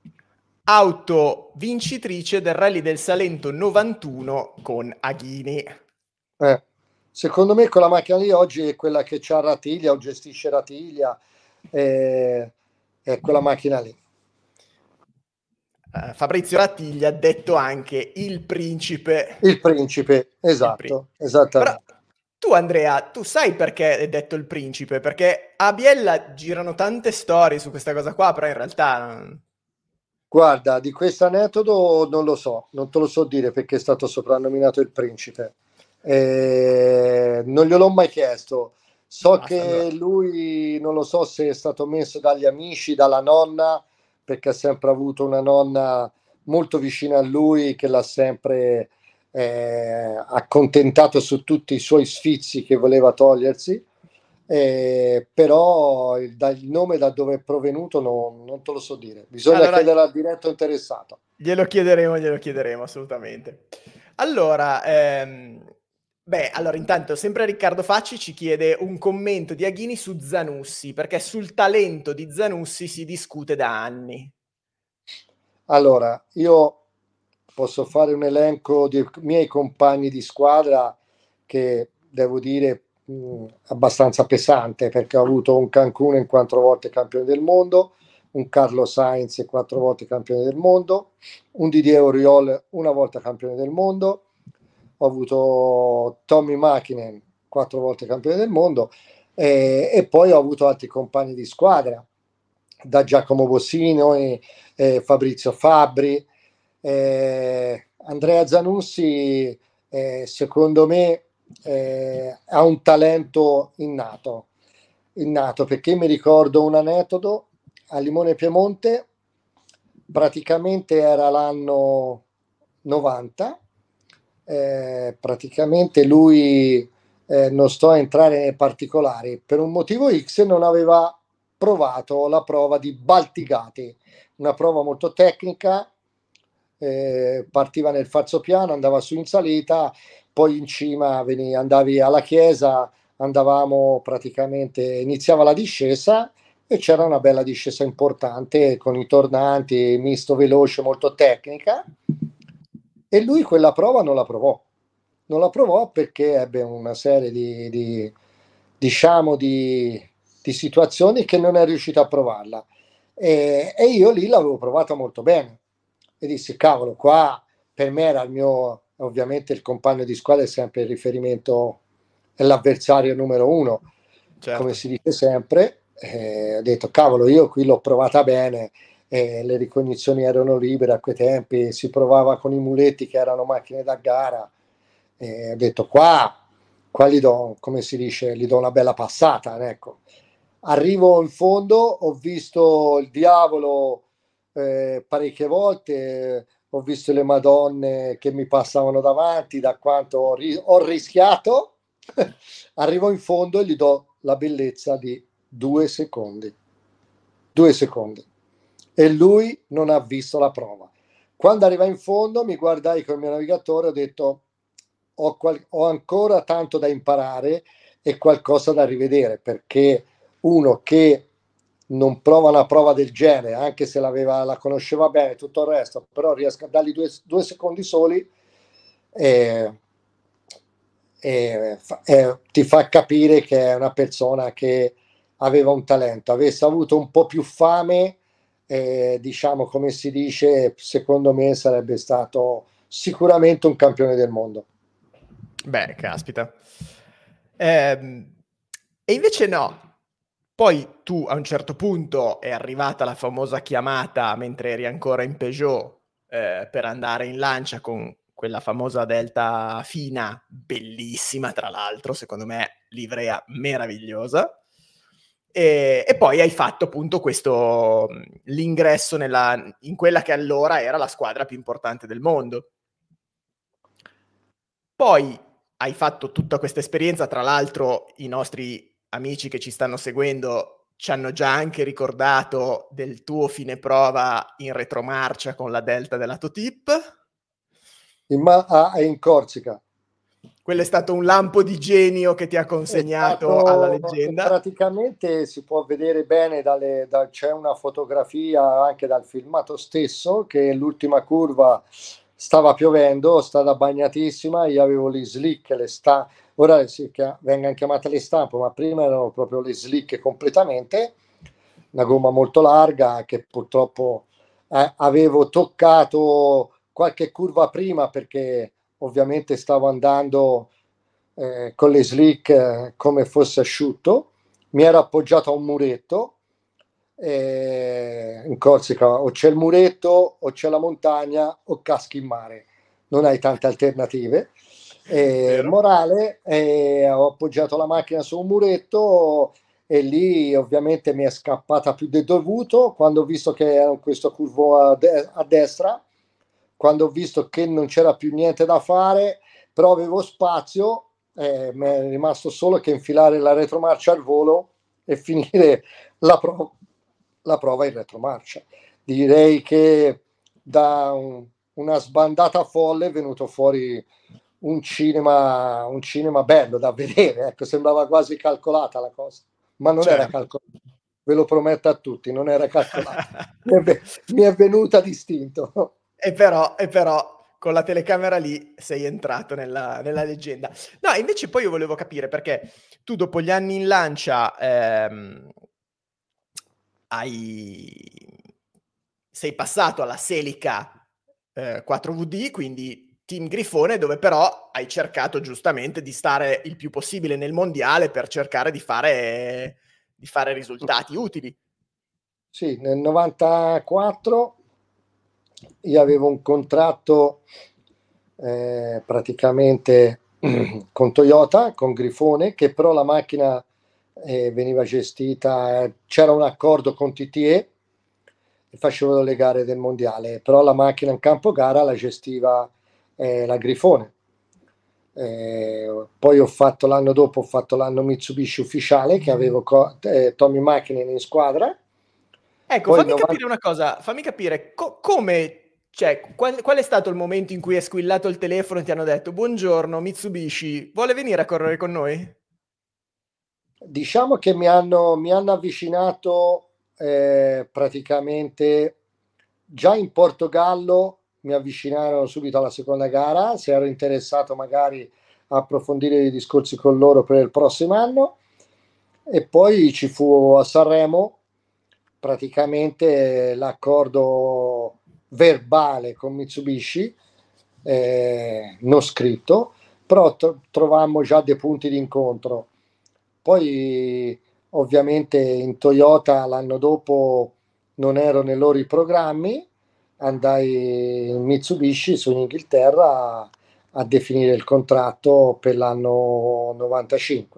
[SPEAKER 1] Auto vincitrice del Rally del Salento novantuno con Aghini.
[SPEAKER 2] Eh, secondo me quella macchina lì oggi è quella che c'ha Ratiglia o gestisce Ratiglia, eh, è quella macchina lì.
[SPEAKER 1] Uh, Fabrizio Rattiglia ha detto anche il principe.
[SPEAKER 2] Il principe,
[SPEAKER 1] Il pri-
[SPEAKER 2] esatto,
[SPEAKER 1] Però
[SPEAKER 2] esattamente.
[SPEAKER 1] tu, Andrea, tu sai perché è detto il principe? Perché a Biella girano tante storie su questa cosa qua, però in realtà...
[SPEAKER 2] Guarda, di questo aneddoto non lo so, non te lo so dire perché è stato soprannominato il principe. Eh, non gliel'ho mai chiesto. So
[SPEAKER 1] Basta, allora.
[SPEAKER 2] che lui, non lo so se è stato messo dagli amici, dalla nonna, perché ha sempre avuto una nonna molto vicina a lui che l'ha sempre eh, accontentato su tutti i suoi sfizi che voleva togliersi. Eh, però il, da, il nome da dove è provenuto non, non te lo so dire, bisogna
[SPEAKER 1] Allora,
[SPEAKER 2] chiedere al diretto interessato.
[SPEAKER 1] glielo chiederemo, glielo chiederemo assolutamente. Allora, ehm, beh, allora intanto sempre Riccardo Facci ci chiede un commento di Aghini su Zanussi, perché sul talento di Zanussi si discute da anni.
[SPEAKER 2] Allora, io posso fare un elenco di miei compagni di squadra che devo dire mh, abbastanza pesante, perché ho avuto un Cancun in quattro volte campione del mondo, un Carlo Sainz quattro volte campione del mondo, un Didier Auriol una volta campione del mondo, ho avuto Tommy Mäkinen quattro volte campione del mondo, eh, e poi ho avuto altri compagni di squadra, da Giacomo Bossino e, e Fabrizio Fabbri, Eh, Andrea Zanussi, eh, secondo me, eh, ha un talento innato, innato, perché mi ricordo un aneddoto a Limone Piemonte, praticamente era l'anno novanta, eh, praticamente lui, eh, non sto a entrare nei particolari, per un motivo X non aveva provato la prova di Baltigati, una prova molto tecnica, eh, partiva nel falso piano, andava su in salita, poi in cima veni, andavi alla chiesa, andavamo praticamente, iniziava la discesa e c'era una bella discesa importante con i tornanti, misto veloce, molto tecnica, e lui quella prova non la provò. Non la provò perché ebbe una serie di, di diciamo, di, di situazioni che non è riuscito a provarla. E, e io lì l'avevo provata molto bene. E dissi, cavolo, qua per me era il mio, ovviamente il compagno di squadra è sempre il riferimento, è l'avversario numero uno,
[SPEAKER 1] Certo.
[SPEAKER 2] come si dice sempre. Eh, ho detto, cavolo, io qui l'ho provata bene, eh, le ricognizioni erano libere a quei tempi, si provava con i muletti che erano macchine da gara. Eh, ho detto, qua, qua gli do, come si dice, gli do una bella passata, ecco. Arrivo in fondo, ho visto il diavolo eh, parecchie volte, ho visto le Madonne che mi passavano davanti da quanto ho, ri- ho rischiato. Arrivo in fondo e gli do la bellezza di due secondi. Due secondi. E lui non ha visto la prova. Quando arriva in fondo mi guardai con il mio navigatore e ho detto ho, qual- ho ancora tanto da imparare e qualcosa da rivedere, perché uno che non prova una prova del genere, anche se l'aveva, la conosceva bene, tutto il resto, però riesco a dargli due, due secondi soli e, e, e ti fa capire che è una persona che aveva un talento. Avesse avuto un po' più fame, eh, diciamo, come si dice, secondo me sarebbe stato sicuramente un campione del mondo.
[SPEAKER 1] Beh, caspita. Ehm, e invece no. Poi tu a un certo punto è arrivata la famosa chiamata mentre eri ancora in Peugeot eh, per andare in Lancia con quella famosa Delta Fina, bellissima tra l'altro, secondo me livrea meravigliosa. E, e poi hai fatto appunto questo l'ingresso nella, in quella che allora era la squadra più importante del mondo. Poi hai fatto tutta questa esperienza, tra l'altro i nostri amici che ci stanno seguendo ci hanno già anche ricordato del tuo fine prova in retromarcia con la Delta della Totip.
[SPEAKER 2] In, ma- ah, in Corsica.
[SPEAKER 1] Quello è stato un lampo di genio che ti ha
[SPEAKER 2] È
[SPEAKER 1] consegnato alla
[SPEAKER 2] stato,
[SPEAKER 1] leggenda.
[SPEAKER 2] praticamente si può vedere bene, dalle, da, c'è una fotografia anche dal filmato stesso che l'ultima curva stava piovendo, stata bagnatissima, io avevo le slick, le sta, ora si chia- vengono chiamate le stampe, ma prima erano proprio le slick completamente, una gomma molto larga che purtroppo eh, avevo toccato qualche curva prima perché ovviamente stavo andando eh, con le slick eh, come fosse asciutto, mi ero appoggiato a un muretto. Eh, in Corsica o c'è il muretto o c'è la montagna o caschi in mare, non hai tante alternative. Eh,
[SPEAKER 1] Vero?
[SPEAKER 2] morale, eh, ho appoggiato la macchina su un muretto e lì ovviamente mi è scappata più del dovuto quando ho visto che era questo curvo a, de- a destra, quando ho visto che non c'era più niente da fare, però avevo spazio, eh, mi è rimasto solo che infilare la retromarcia al volo e finire la, pro- la prova in retromarcia. Direi che da un, una sbandata folle è venuto fuori un cinema, un cinema bello da vedere, ecco, sembrava quasi calcolata la cosa, ma non era
[SPEAKER 1] Certo.
[SPEAKER 2] calcolata, ve lo prometto a tutti, non era calcolata, mi è, mi è venuta distinto.
[SPEAKER 1] E però, e però con la telecamera lì sei entrato nella, nella leggenda. No, invece poi io volevo capire perché tu dopo gli anni in Lancia ehm, hai... sei passato alla Celica eh, quattro V D, quindi Team Grifone, dove però hai cercato giustamente di stare il più possibile nel mondiale per cercare di fare, di fare risultati utili.
[SPEAKER 2] Sì, nel novantaquattro io avevo un contratto eh, praticamente con Toyota, con Grifone, che però la macchina eh, veniva gestita, eh, c'era un accordo con T T E e facevano le gare del mondiale, però la macchina in campo gara la gestiva eh, la Grifone. Eh, poi ho fatto l'anno dopo, ho fatto l'anno Mitsubishi ufficiale che avevo co- eh, Tommy Mäkinen in squadra.
[SPEAKER 1] Ecco,
[SPEAKER 2] Poi il
[SPEAKER 1] fammi
[SPEAKER 2] novanta
[SPEAKER 1] capire una cosa, fammi capire co- come, cioè, qual, qual è stato il momento in cui è squillato il telefono e ti hanno detto buongiorno Mitsubishi, vuole venire a correre con noi?
[SPEAKER 2] Diciamo che mi hanno, mi hanno avvicinato eh, praticamente già in Portogallo, mi avvicinarono subito alla seconda gara, se ero interessato magari a approfondire i discorsi con loro per il prossimo anno. E poi ci fu a Sanremo praticamente l'accordo verbale con Mitsubishi, eh, non scritto, però tro- trovammo già dei punti di incontro. Poi ovviamente in Toyota l'anno dopo non ero nei loro programmi, andai in Mitsubishi su in Inghilterra a, a definire il contratto per l'anno novantacinque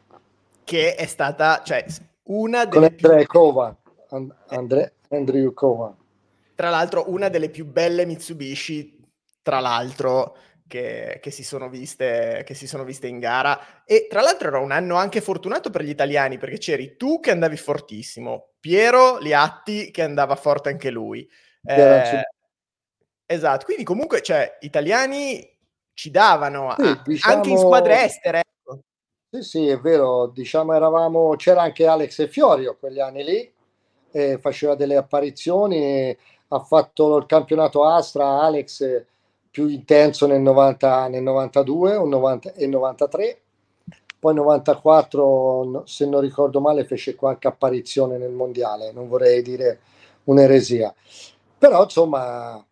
[SPEAKER 1] Che è stata, cioè, una
[SPEAKER 2] con
[SPEAKER 1] delle più,
[SPEAKER 2] Andrei Kovan, And-
[SPEAKER 1] eh,
[SPEAKER 2] Andre- Andrew Kovan.
[SPEAKER 1] tra l'altro, una delle più belle Mitsubishi, tra l'altro, che, che si sono viste, che si sono viste in gara. E tra l'altro era un anno anche fortunato per gli italiani, perché c'eri tu che andavi fortissimo, Piero Liatti che andava forte anche lui. Eh, esatto, quindi comunque, cioè, italiani ci davano,
[SPEAKER 2] Sì,
[SPEAKER 1] a- anche in
[SPEAKER 2] diciamo,
[SPEAKER 1] squadre estere. Ecco.
[SPEAKER 2] sì, sì, è vero, diciamo eravamo, c'era anche Alex e Fiorio quegli anni lì, eh, faceva delle apparizioni, ha fatto il campionato Astra, Alex eh, più intenso nel novanta, nel novantadue o novanta, e novantatré, poi novantaquattro, no- se non ricordo male, fece qualche apparizione nel mondiale, non vorrei dire un'eresia, però insomma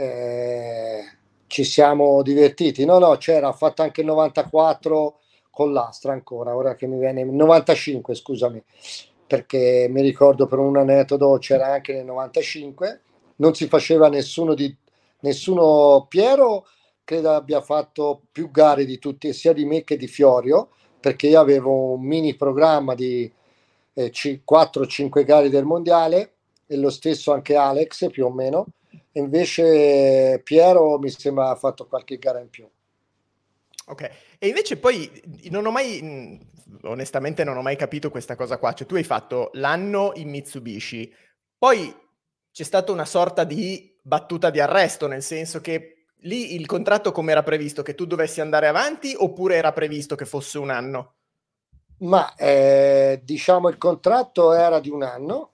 [SPEAKER 2] eh, ci siamo divertiti, no, no, c'era, ha fatto anche il novantaquattro con l'Astra ancora, ora che mi viene novantacinque, scusami, perché mi ricordo per un aneddoto c'era anche nel novantacinque, non si faceva nessuno di nessuno Piero credo abbia fatto più gare di tutti, sia di me che di Fiorio, perché io avevo un mini programma di eh, quattro cinque gare del mondiale e lo stesso anche Alex più o meno, e invece Piero mi sembra ha fatto qualche gara in più.
[SPEAKER 1] Ok, e invece poi non ho mai, mh, onestamente non ho mai capito questa cosa qua, cioè tu hai fatto l'anno in Mitsubishi, poi c'è stata una sorta di battuta di arresto, nel senso che lì il contratto come era previsto, che tu dovessi andare avanti oppure era previsto che fosse un anno?
[SPEAKER 2] Ma eh, diciamo il contratto era di un anno,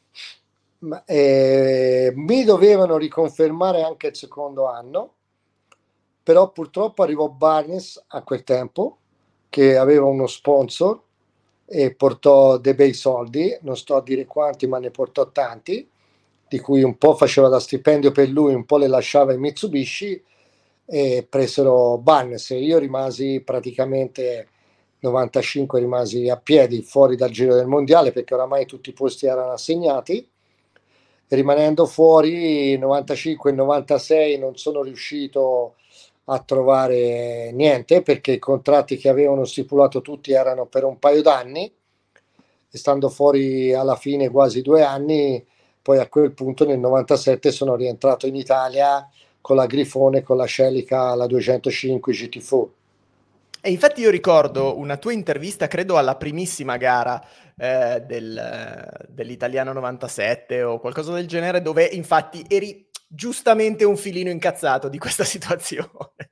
[SPEAKER 2] ma, eh, mi dovevano riconfermare anche il secondo anno, però purtroppo arrivò Barnes a quel tempo che aveva uno sponsor e portò dei bei soldi, non sto a dire quanti, ma ne portò tanti, di cui un po' faceva da stipendio per lui, un po' le lasciava in Mitsubishi e presero Barnes e io rimasi praticamente novantacinque, rimasi a piedi fuori dal giro del mondiale perché oramai tutti i posti erano assegnati. Rimanendo fuori novantacinque e novantasei non sono riuscito a trovare niente perché i contratti che avevano stipulato tutti erano per un paio d'anni e stando fuori alla fine quasi due anni, poi a quel punto nel novantasette sono rientrato in Italia con la Grifone, con la Celica, la duecentocinque G T quattro.
[SPEAKER 1] E infatti io ricordo una tua intervista, credo alla primissima gara eh, del, dell'Italiano novantasette o qualcosa del genere, dove infatti eri giustamente un filino incazzato di questa situazione.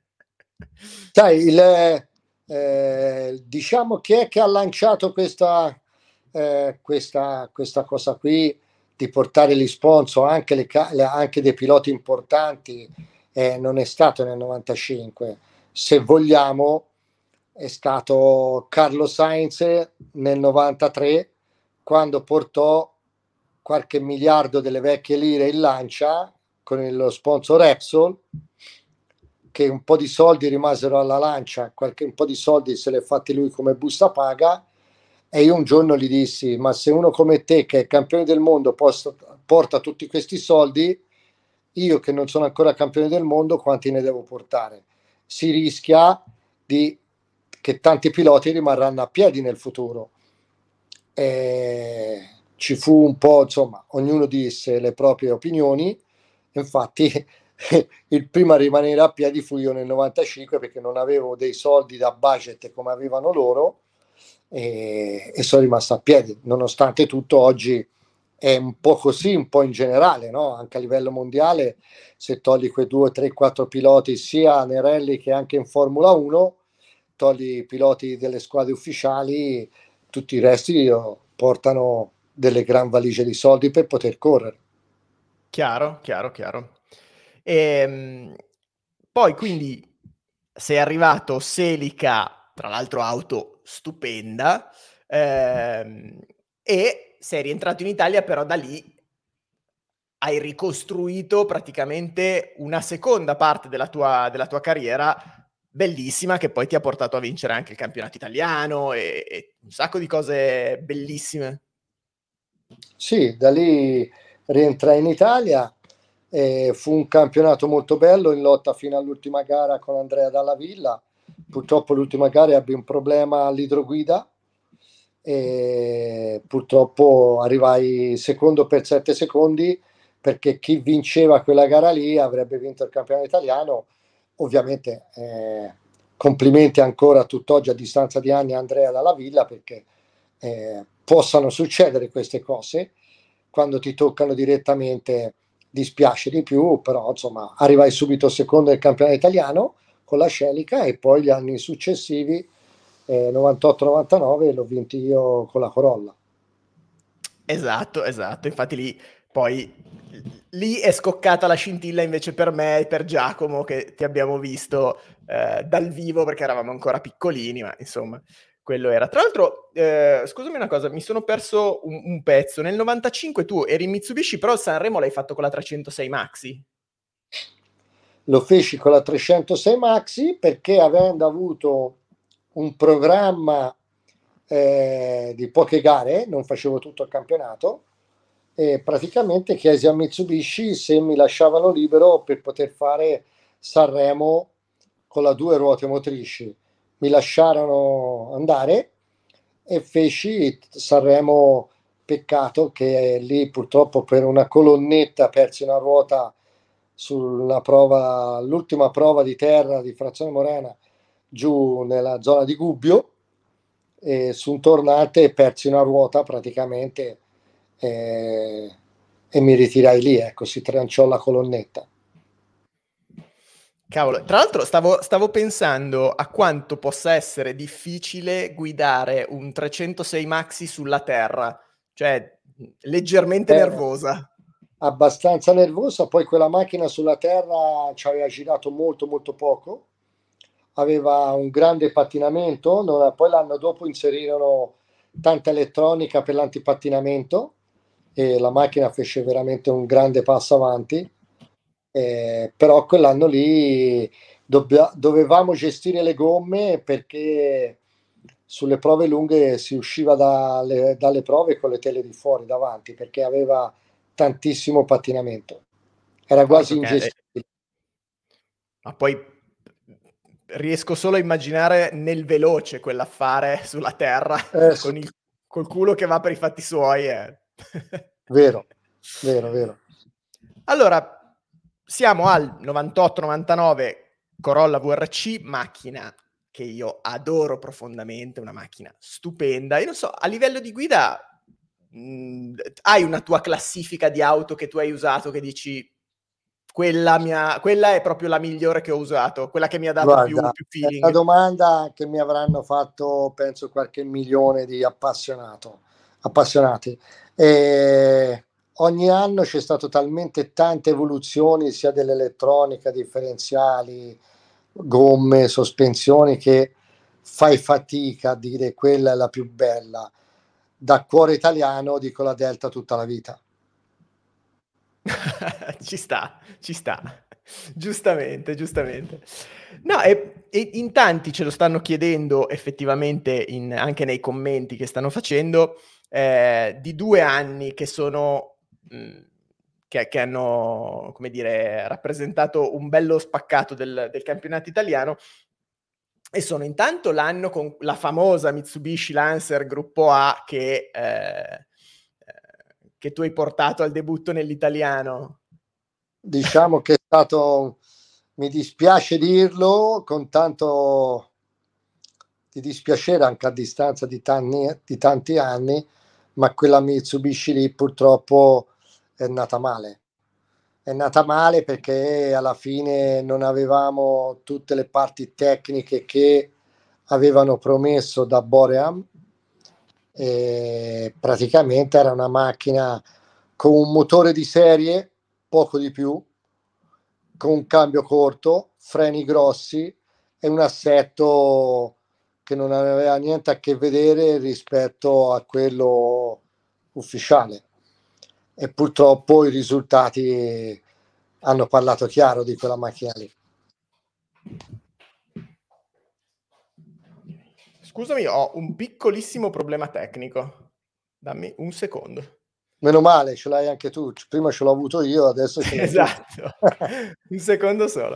[SPEAKER 2] Sai, il, eh, diciamo chi è che ha lanciato questa, eh, questa, questa cosa qui di portare gli sponsor, anche, le, ca- le- anche dei piloti importanti, eh, non è stato nel novantacinque. Se vogliamo, è stato Carlo Sainz nel novantatré, quando portò qualche miliardo delle vecchie lire in Lancia con lo sponsor Repsol, che un po' di soldi rimasero alla Lancia, qualche un po' di soldi se li ha fatti lui come busta paga. E io un giorno gli dissi: ma se uno come te, che è campione del mondo, posta, porta tutti questi soldi, io che non sono ancora campione del mondo, quanti ne devo portare? Si rischia di, che tanti piloti rimarranno a piedi nel futuro. E ci fu un po', insomma, ognuno disse le proprie opinioni, infatti il primo a rimanere a piedi fu io nel novantacinque, perché non avevo dei soldi da budget come avevano loro, e, e sono rimasto a piedi. Nonostante tutto, oggi è un po' così, un po' in generale, no? Anche a livello mondiale, se togli quei due, tre, quattro piloti sia nei rally che anche in Formula uno, togli i piloti delle squadre ufficiali, tutti i resti portano delle gran valigie di soldi per poter correre.
[SPEAKER 1] Chiaro, chiaro, chiaro. E, poi quindi sei arrivato Celica, tra l'altro auto stupenda, ehm, e sei rientrato in Italia, però da lì hai ricostruito praticamente una seconda parte della tua, della tua carriera bellissima, che poi ti ha portato a vincere anche il campionato italiano e, e un sacco di cose bellissime.
[SPEAKER 2] Sì, da lì rientrai in Italia, e fu un campionato molto bello in lotta fino all'ultima gara con Andrea Dalla Villa. Purtroppo l'ultima gara ebbe un problema all'idroguida e purtroppo arrivai secondo per sette secondi, perché chi vinceva quella gara lì avrebbe vinto il campionato italiano. Ovviamente eh, complimenti ancora tutt'oggi a distanza di anni a Andrea Dalla Villa, perché eh, possano succedere queste cose quando ti toccano direttamente. Dispiace di più, però insomma arrivai subito secondo nel campionato italiano con la Celica, e poi gli anni successivi eh, novantotto novantanove l'ho vinto io con la Corolla.
[SPEAKER 1] Esatto, esatto, infatti lì poi lì è scoccata la scintilla invece per me e per Giacomo, che ti abbiamo visto eh, dal vivo perché eravamo ancora piccolini, ma insomma quello era. Tra l'altro, eh, scusami una cosa, mi sono perso un, un pezzo. Nel novantacinque tu eri in Mitsubishi, però Sanremo l'hai fatto con la trecentosei Maxi.
[SPEAKER 2] Lo feci con la trecentosei Maxi perché, avendo avuto un programma eh, di poche gare, non facevo tutto il campionato, e praticamente chiesi a Mitsubishi se mi lasciavano libero per poter fare Sanremo con la due ruote motrici. Mi lasciarono andare e feci Sanremo. Peccato che lì purtroppo per una colonnetta persi una ruota sulla prova, l'ultima prova di terra di Frazione Morena, giù nella zona di Gubbio, e su un tornante persi una ruota praticamente, e, e mi ritirai lì, ecco, si tranciò la colonnetta.
[SPEAKER 1] Cavolo, tra l'altro stavo, stavo pensando a quanto possa essere difficile guidare un trecentosei Maxi sulla terra, cioè leggermente
[SPEAKER 2] Eh,
[SPEAKER 1] nervosa.
[SPEAKER 2] abbastanza nervosa, poi quella macchina sulla terra ci aveva girato molto molto poco, aveva un grande pattinamento, non, poi l'anno dopo inserirono tanta elettronica per l'antipattinamento e la macchina fece veramente un grande passo avanti, eh, però quell'anno lì dobbia, dovevamo gestire le gomme, perché sulle prove lunghe si usciva dalle, dalle prove con le tele di fuori davanti, perché aveva tantissimo pattinamento, era quasi
[SPEAKER 1] Porco cane.
[SPEAKER 2] ingestibile.
[SPEAKER 1] Ma poi riesco solo a immaginare nel veloce quell'affare sulla terra
[SPEAKER 2] Eh,
[SPEAKER 1] con il, col culo che va per i fatti suoi. Eh.
[SPEAKER 2] vero, vero, vero.
[SPEAKER 1] Allora, siamo al novantotto novantanove Corolla V R C, macchina che io adoro profondamente, una macchina stupenda. Io non so, a livello di guida, mh, hai una tua classifica di auto che tu hai usato che dici quella, mia, quella è proprio la migliore che ho usato, quella che mi ha dato più,
[SPEAKER 2] Guarda,
[SPEAKER 1] più
[SPEAKER 2] è una
[SPEAKER 1] feeling?
[SPEAKER 2] domanda che mi avranno fatto, penso, qualche milione di appassionato, appassionati. E ogni anno c'è stato talmente tante evoluzioni, sia dell'elettronica, differenziali, gomme, sospensioni, che fai fatica a dire quella è la più bella. Da cuore italiano dico la Delta tutta la vita.
[SPEAKER 1] Ci sta, ci sta. Giustamente, giustamente. No, e, e in tanti ce lo stanno chiedendo effettivamente in- anche nei commenti che stanno facendo, eh, di due anni che sono, mh, che, che hanno, come dire, rappresentato un bello spaccato del, del campionato italiano, e sono intanto l'anno con la famosa Mitsubishi Lancer Gruppo A che, eh, che tu hai portato al debutto nell'italiano.
[SPEAKER 2] Diciamo che è stato, mi dispiace dirlo, con tanto di dispiacere anche a distanza di tanti, di tanti anni, ma quella Mitsubishi lì purtroppo è nata male. È nata male perché alla fine non avevamo tutte le parti tecniche che avevano promesso da Boream, e praticamente era una macchina con un motore di serie, poco di più, con un cambio corto, freni grossi e un assetto che non aveva niente a che vedere rispetto a quello ufficiale. E purtroppo i risultati hanno parlato chiaro di quella macchina lì.
[SPEAKER 1] Scusami, ho un piccolissimo problema tecnico. Dammi un secondo.
[SPEAKER 2] Meno male, ce l'hai anche tu. Prima ce l'ho avuto io, adesso ce l'hai tu.
[SPEAKER 1] Esatto. Un secondo solo.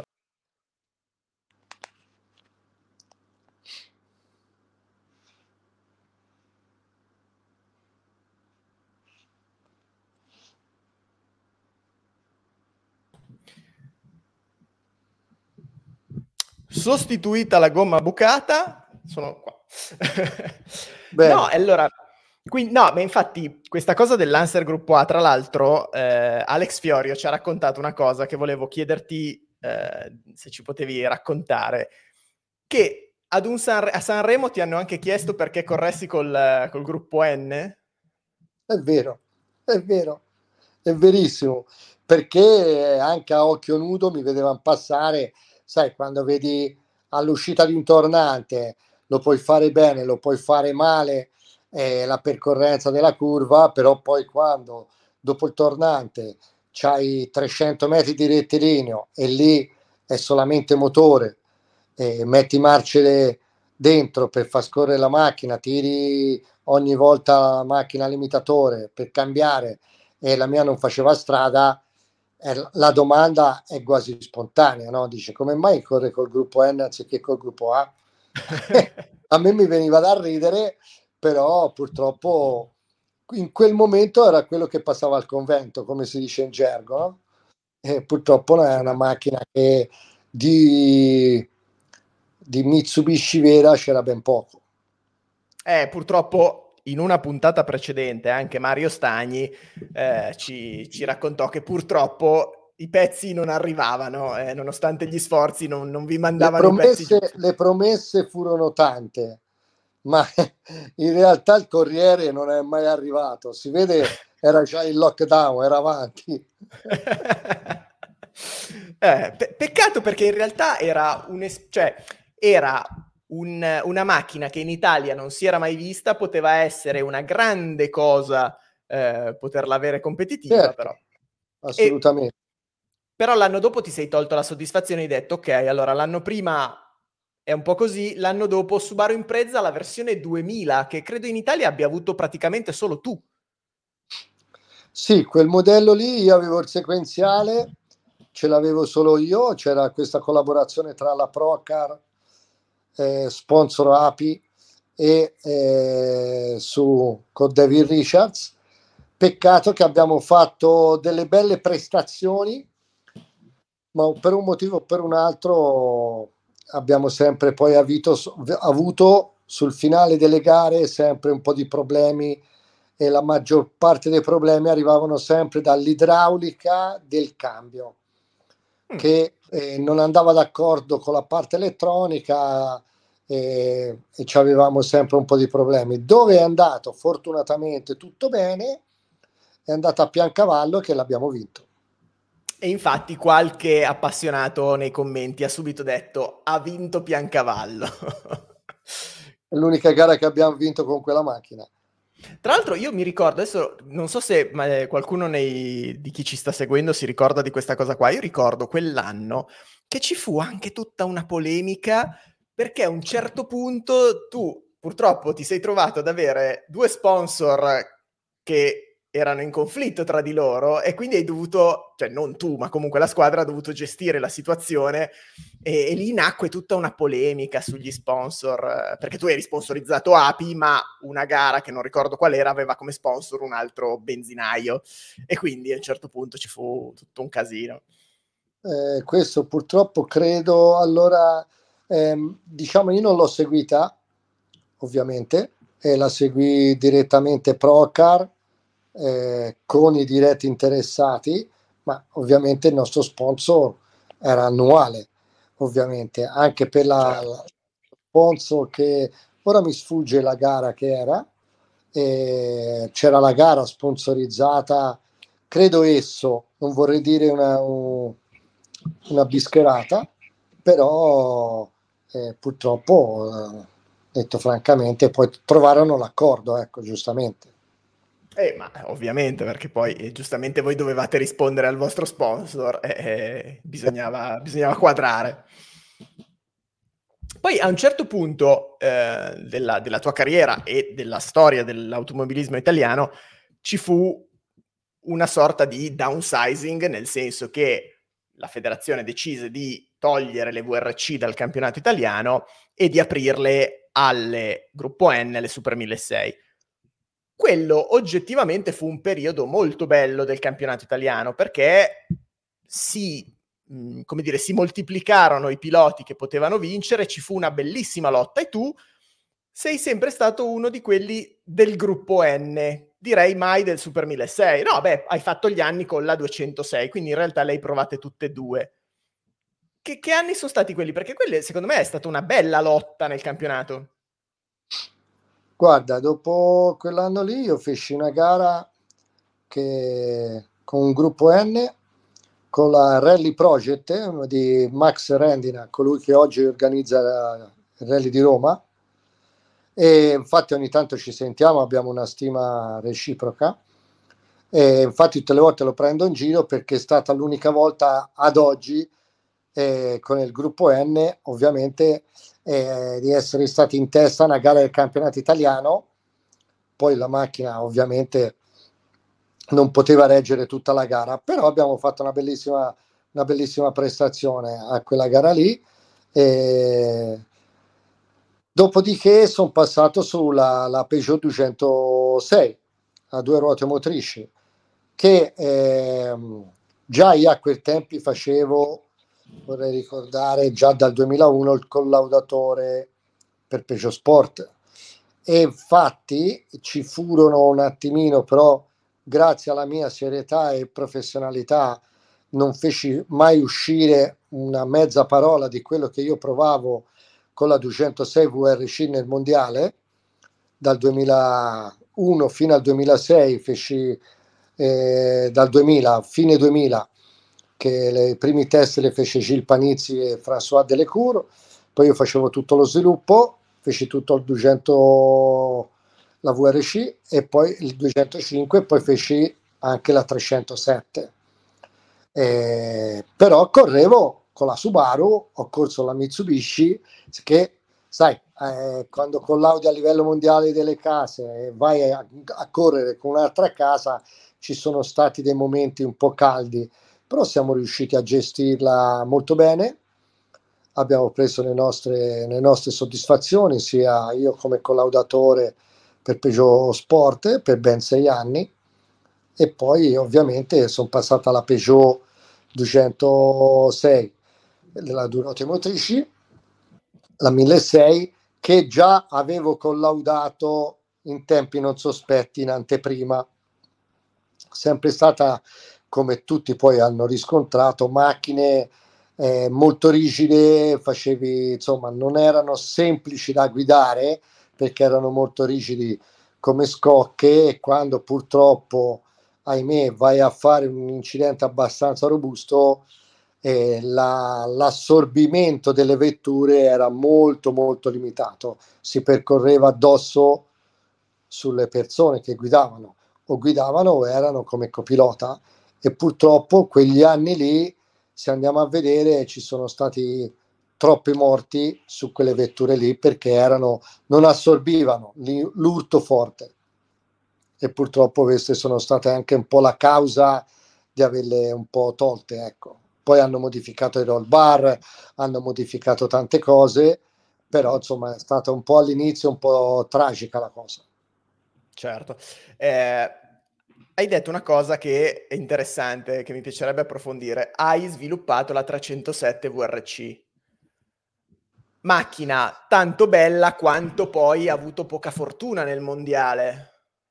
[SPEAKER 1] Sostituita la gomma bucata, sono qua. No, allora, quindi, no, ma infatti questa cosa del Lancer Gruppo A, tra l'altro, eh, Alex Fiorio ci ha raccontato una cosa che volevo chiederti eh, se ci potevi raccontare, che ad un Sanre- a Sanremo ti hanno anche chiesto perché corressi col, col gruppo N?
[SPEAKER 2] È vero, è vero, è verissimo, perché anche a occhio nudo mi vedevano passare, sai, quando vedi all'uscita di un tornante, lo puoi fare bene, lo puoi fare male, eh, la percorrenza della curva, però poi quando dopo il tornante c'hai trecento metri di rettilineo e lì è solamente motore, eh, metti marce dentro per far scorrere la macchina, tiri ogni volta la macchina limitatore per cambiare e la mia non faceva strada, eh, la domanda è quasi spontanea, no? Dice, come mai corre col gruppo N anziché col gruppo A? A me mi veniva da ridere, però purtroppo in quel momento era quello che passava al convento, come si dice in gergo, no? E purtroppo non è una macchina che di, di Mitsubishi vera c'era ben poco.
[SPEAKER 1] Eh, purtroppo in una puntata precedente anche Mario Stagni eh, ci, ci raccontò che purtroppo i pezzi non arrivavano, eh, nonostante gli sforzi non, non vi mandavano
[SPEAKER 2] Le
[SPEAKER 1] i pezzi
[SPEAKER 2] promesse,
[SPEAKER 1] giusti.
[SPEAKER 2] le promesse furono tante, ma in realtà il Corriere non è mai arrivato. Si vede, era già in lockdown, era avanti.
[SPEAKER 1] eh, pe- peccato perché in realtà era, un es- cioè, era un, una macchina che in Italia non si era mai vista, poteva essere una grande cosa eh, poterla avere competitiva,
[SPEAKER 2] Certo,
[SPEAKER 1] però.
[SPEAKER 2] assolutamente.
[SPEAKER 1] E, però l'anno dopo ti sei tolto la soddisfazione e hai detto, ok, allora l'anno prima è un po' così, l'anno dopo Subaru Impreza la versione duemila, che credo in Italia abbia avuto praticamente solo tu.
[SPEAKER 2] Sì, quel modello lì io avevo il sequenziale, ce l'avevo solo io, c'era questa collaborazione tra la Procar, eh, sponsor A P I, e eh, su, con David Richards. Peccato che abbiamo fatto delle belle prestazioni, ma per un motivo o per un altro abbiamo sempre poi avuto, avuto sul finale delle gare sempre un po' di problemi, e la maggior parte dei problemi arrivavano sempre dall'idraulica del cambio,
[SPEAKER 1] Mm.
[SPEAKER 2] che eh, non andava d'accordo con la parte elettronica, e, e ci avevamo sempre un po' di problemi. Dove è andato fortunatamente tutto bene, è andato a Piancavallo che l'abbiamo vinto.
[SPEAKER 1] E infatti qualche appassionato nei commenti ha subito detto ha vinto Piancavallo.
[SPEAKER 2] È l'unica gara che abbiamo vinto con quella macchina.
[SPEAKER 1] Tra l'altro io mi ricordo, adesso non so se ma, eh, qualcuno nei, di chi ci sta seguendo si ricorda di questa cosa qua, io ricordo quell'anno che ci fu anche tutta una polemica perché a un certo punto tu purtroppo ti sei trovato ad avere due sponsor che erano in conflitto tra di loro e quindi hai dovuto, cioè non tu, ma comunque la squadra ha dovuto gestire la situazione e, e lì nacque tutta una polemica sugli sponsor, eh, perché tu eri sponsorizzato A P I, ma una gara che non ricordo qual era aveva come sponsor un altro benzinaio e quindi a un certo punto ci fu tutto un casino.
[SPEAKER 2] Eh, questo purtroppo credo, allora, ehm, diciamo io non l'ho seguita, ovviamente, e la seguì direttamente Procar, eh, con i diretti interessati, ma ovviamente il nostro sponsor era annuale, ovviamente, anche per la, la sponsor che ora mi sfugge la gara che era, e c'era la gara sponsorizzata, credo esso, non vorrei dire una, un, una bischerata, però eh, purtroppo, eh, detto francamente, poi trovarono l'accordo, ecco, giustamente.
[SPEAKER 1] Eh, ma ovviamente, perché poi eh, giustamente voi dovevate rispondere al vostro sponsor e eh, bisognava, bisognava quadrare. Poi a un certo punto eh, della, della tua carriera e della storia dell'automobilismo italiano ci fu una sorta di downsizing, nel senso che la federazione decise di togliere le V R C dal campionato italiano e di aprirle alle Gruppo N, le Super milleseicento. Quello oggettivamente fu un periodo molto bello del campionato italiano perché si, mh, come dire, si moltiplicarono i piloti che potevano vincere, ci fu una bellissima lotta e tu sei sempre stato uno di quelli del gruppo N, direi mai del Super milleseicento. No, beh, hai fatto gli anni con la duecentosei, quindi in realtà le hai provate tutte e due. Che, che anni sono stati quelli? Perché quelle, secondo me, è stata una bella lotta nel campionato.
[SPEAKER 2] Guarda, dopo quell'anno lì io feci una gara che, con un gruppo N, con la Rally Project di Max Rendina, colui che oggi organizza il Rally di Roma, e infatti ogni tanto ci sentiamo, abbiamo una stima reciproca, e infatti tutte le volte lo prendo in giro perché è stata l'unica volta ad oggi, eh, con il gruppo N, ovviamente, eh, di essere stati in testa a una gara del campionato italiano. Poi la macchina ovviamente non poteva reggere tutta la gara, però abbiamo fatto una bellissima, una bellissima prestazione a quella gara lì. E dopodiché sono passato sulla la Peugeot duecentosei a due ruote motrici, che ehm, già io a quei tempi facevo, vorrei ricordare, già dal duemilauno il collaudatore per Peugeot Sport. E infatti ci furono un attimino, però grazie alla mia serietà e professionalità non feci mai uscire una mezza parola di quello che io provavo con la duecentosei V R C nel mondiale. Dal duemilauno fino al duemilasei feci, eh, dal duemila, fine duemila, che i primi test le fece Gilles Panizzi e François Delecour, poi io facevo tutto lo sviluppo, feci tutto il duecento, la V R C, e poi il duecentocinque, e poi feci anche la trecentosette. Eh, però correvo con la Subaru, ho corso la Mitsubishi, che sai, eh, quando collaudi a livello mondiale delle case e vai a, a correre con un'altra casa, ci sono stati dei momenti un po' caldi, però siamo riusciti a gestirla molto bene. Abbiamo preso le nostre, le nostre soddisfazioni, sia io come collaudatore per Peugeot Sport per ben sei anni, e poi ovviamente sono passata alla Peugeot duecentosei, la due ruote motrici, la milleseicento, che già avevo collaudato in tempi non sospetti in anteprima. Sempre stata, come tutti poi hanno riscontrato, macchine eh, molto rigide, facevi, insomma, non erano semplici da guidare perché erano molto rigidi come scocche, e quando purtroppo, ahimè, vai a fare un incidente abbastanza robusto, eh, la, l'assorbimento delle vetture era molto molto limitato, si percorreva addosso sulle persone che guidavano o guidavano o erano come copilota, e purtroppo quegli anni lì, se andiamo a vedere, ci sono stati troppi morti su quelle vetture lì perché erano, non assorbivano l'urto forte. e purtroppo queste sono state anche un po' la causa di averle un po' tolte, ecco. Poi hanno modificato il roll bar, hanno modificato tante cose, però insomma è stata un po' all'inizio un po' tragica la cosa.
[SPEAKER 1] Certo. Eh, hai detto una cosa che è interessante, che mi piacerebbe approfondire. Hai sviluppato la trecentosette V R C. Macchina tanto bella quanto poi ha avuto poca fortuna nel mondiale.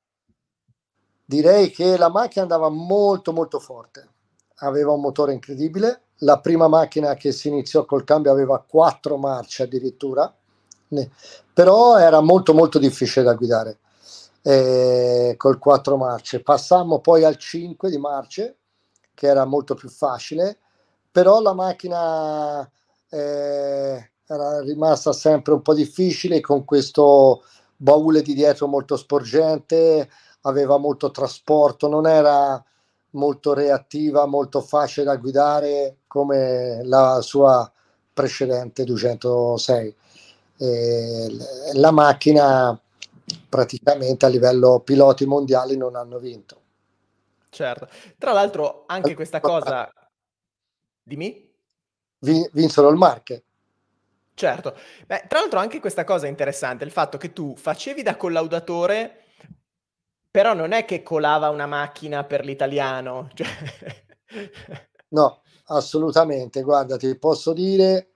[SPEAKER 2] Direi che la macchina andava molto molto forte, aveva un motore incredibile, la prima macchina che si iniziò col cambio aveva quattro marce addirittura, però era molto molto difficile da guidare eh, col quattro marce. Passammo poi al cinque di marce, che era molto più facile, però la macchina eh, era rimasta sempre un po' difficile con questo baule di dietro molto sporgente, aveva molto trasporto, non era molto reattiva, molto facile da guidare come la sua precedente duecentosei. E la macchina praticamente a livello piloti mondiali non hanno vinto.
[SPEAKER 1] Certo. Tra l'altro anche questa cosa... Dimmi?
[SPEAKER 2] Vinsero il Marche.
[SPEAKER 1] Certo. Beh, tra l'altro anche questa cosa è interessante, il fatto che tu facevi da collaudatore, però non è che colava una macchina per l'italiano. Cioè...
[SPEAKER 2] No, assolutamente. Guarda, ti posso dire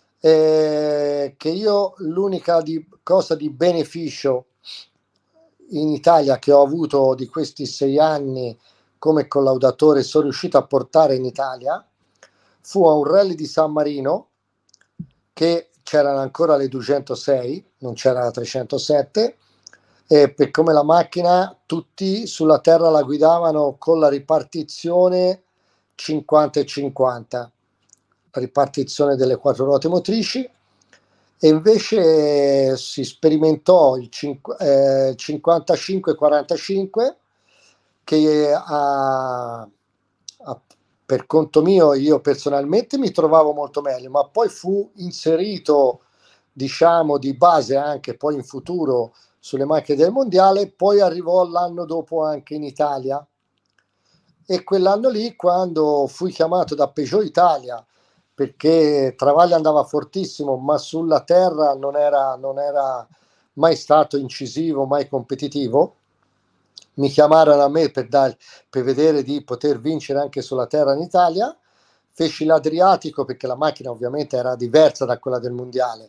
[SPEAKER 2] eh, che io l'unica di, cosa di beneficio in Italia che ho avuto di questi sei anni come collaudatore sono riuscito a portare in Italia fu a un rally di San Marino, che c'erano ancora le duecentosei, non c'era la trecentosette, e per come la macchina tutti sulla terra la guidavano con la ripartizione cinquanta e cinquanta, ripartizione delle quattro ruote motrici, e invece si sperimentò il eh, cinquantacinque quarantacinque che ha, ha, per conto mio, io personalmente mi trovavo molto meglio, ma poi fu inserito, diciamo, di base anche poi in futuro sulle macchine del mondiale, poi arrivò l'anno dopo anche in Italia, e quell'anno lì, quando fui chiamato da Peugeot Italia, perché Travaglia andava fortissimo, ma sulla terra non era, non era mai stato incisivo, mai competitivo, mi chiamarono a me per, dar, per vedere di poter vincere anche sulla terra in Italia. Feci l'Adriatico, perché la macchina ovviamente era diversa da quella del mondiale,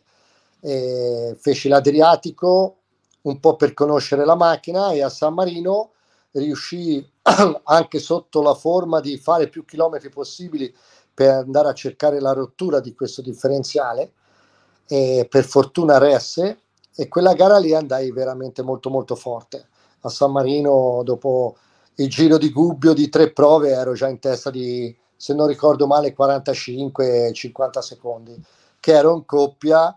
[SPEAKER 2] e feci l'Adriatico un po' per conoscere la macchina, e a San Marino riuscì anche sotto la forma di fare più chilometri possibili per andare a cercare la rottura di questo differenziale, e per fortuna resse, e quella gara lì andai veramente molto molto forte. A San Marino, dopo il giro di Gubbio di tre prove, ero già in testa di, se non ricordo male, quarantacinque cinquanta secondi, che ero in coppia,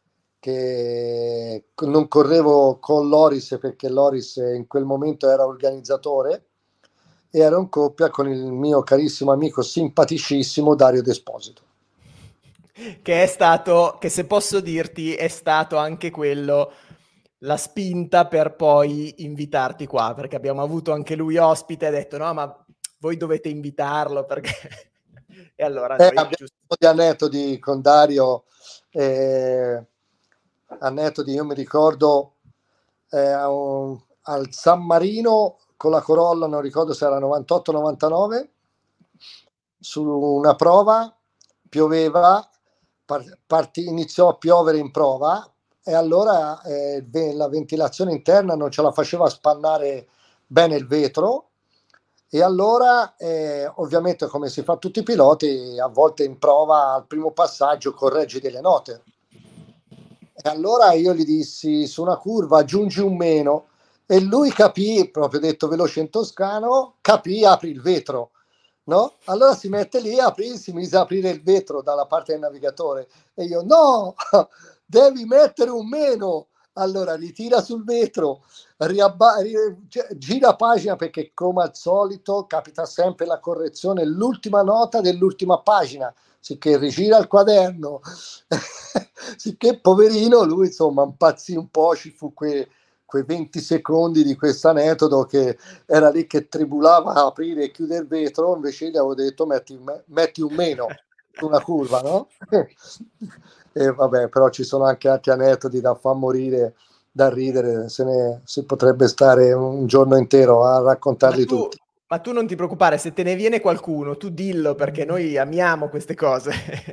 [SPEAKER 2] che non correvo con Loris perché Loris in quel momento era organizzatore, e ero in coppia con il mio carissimo amico simpaticissimo Dario Desposito,
[SPEAKER 1] che è stato, che se posso dirti, è stato anche quello la spinta per poi invitarti qua, perché abbiamo avuto anche lui ospite e ha detto no, ma voi dovete invitarlo perché... e allora
[SPEAKER 2] eh,
[SPEAKER 1] noi...
[SPEAKER 2] abbiamo
[SPEAKER 1] Giusto...
[SPEAKER 2] un po' di aneddoti con Dario, eh, aneddoti, io mi ricordo eh, un, al San Marino con la Corolla, non ricordo se era novantotto novantanove, su una prova pioveva, par- partì, iniziò a piovere in prova, e allora eh, la ventilazione interna non ce la faceva spannare bene il vetro, e allora eh, ovviamente, come si fa a tutti i piloti, a volte in prova al primo passaggio correggi delle note, e allora io gli dissi su una curva aggiungi un meno, e lui capì, proprio detto veloce in toscano, capì, apri il vetro, no? Allora si mette lì, apri, si mise a aprire il vetro dalla parte del navigatore, e io no, devi mettere un meno. Allora ritira sul vetro, riabba- ri- cioè, gira pagina, perché come al solito capita sempre la correzione, l'ultima nota dell'ultima pagina, sicché rigira il quaderno, sicché poverino lui insomma impazzì un po', ci fu que- quei venti secondi di questo aneddoto che era lì che tribulava a aprire e chiudere il vetro, invece gli avevo detto metti, metti un meno su una curva, no? E vabbè, però ci sono anche altri aneddoti da far morire, da ridere, se ne si potrebbe stare un giorno intero a raccontarli
[SPEAKER 1] ma tu,
[SPEAKER 2] tutti.
[SPEAKER 1] ma tu non ti preoccupare, se te ne viene qualcuno, tu dillo perché noi amiamo queste cose.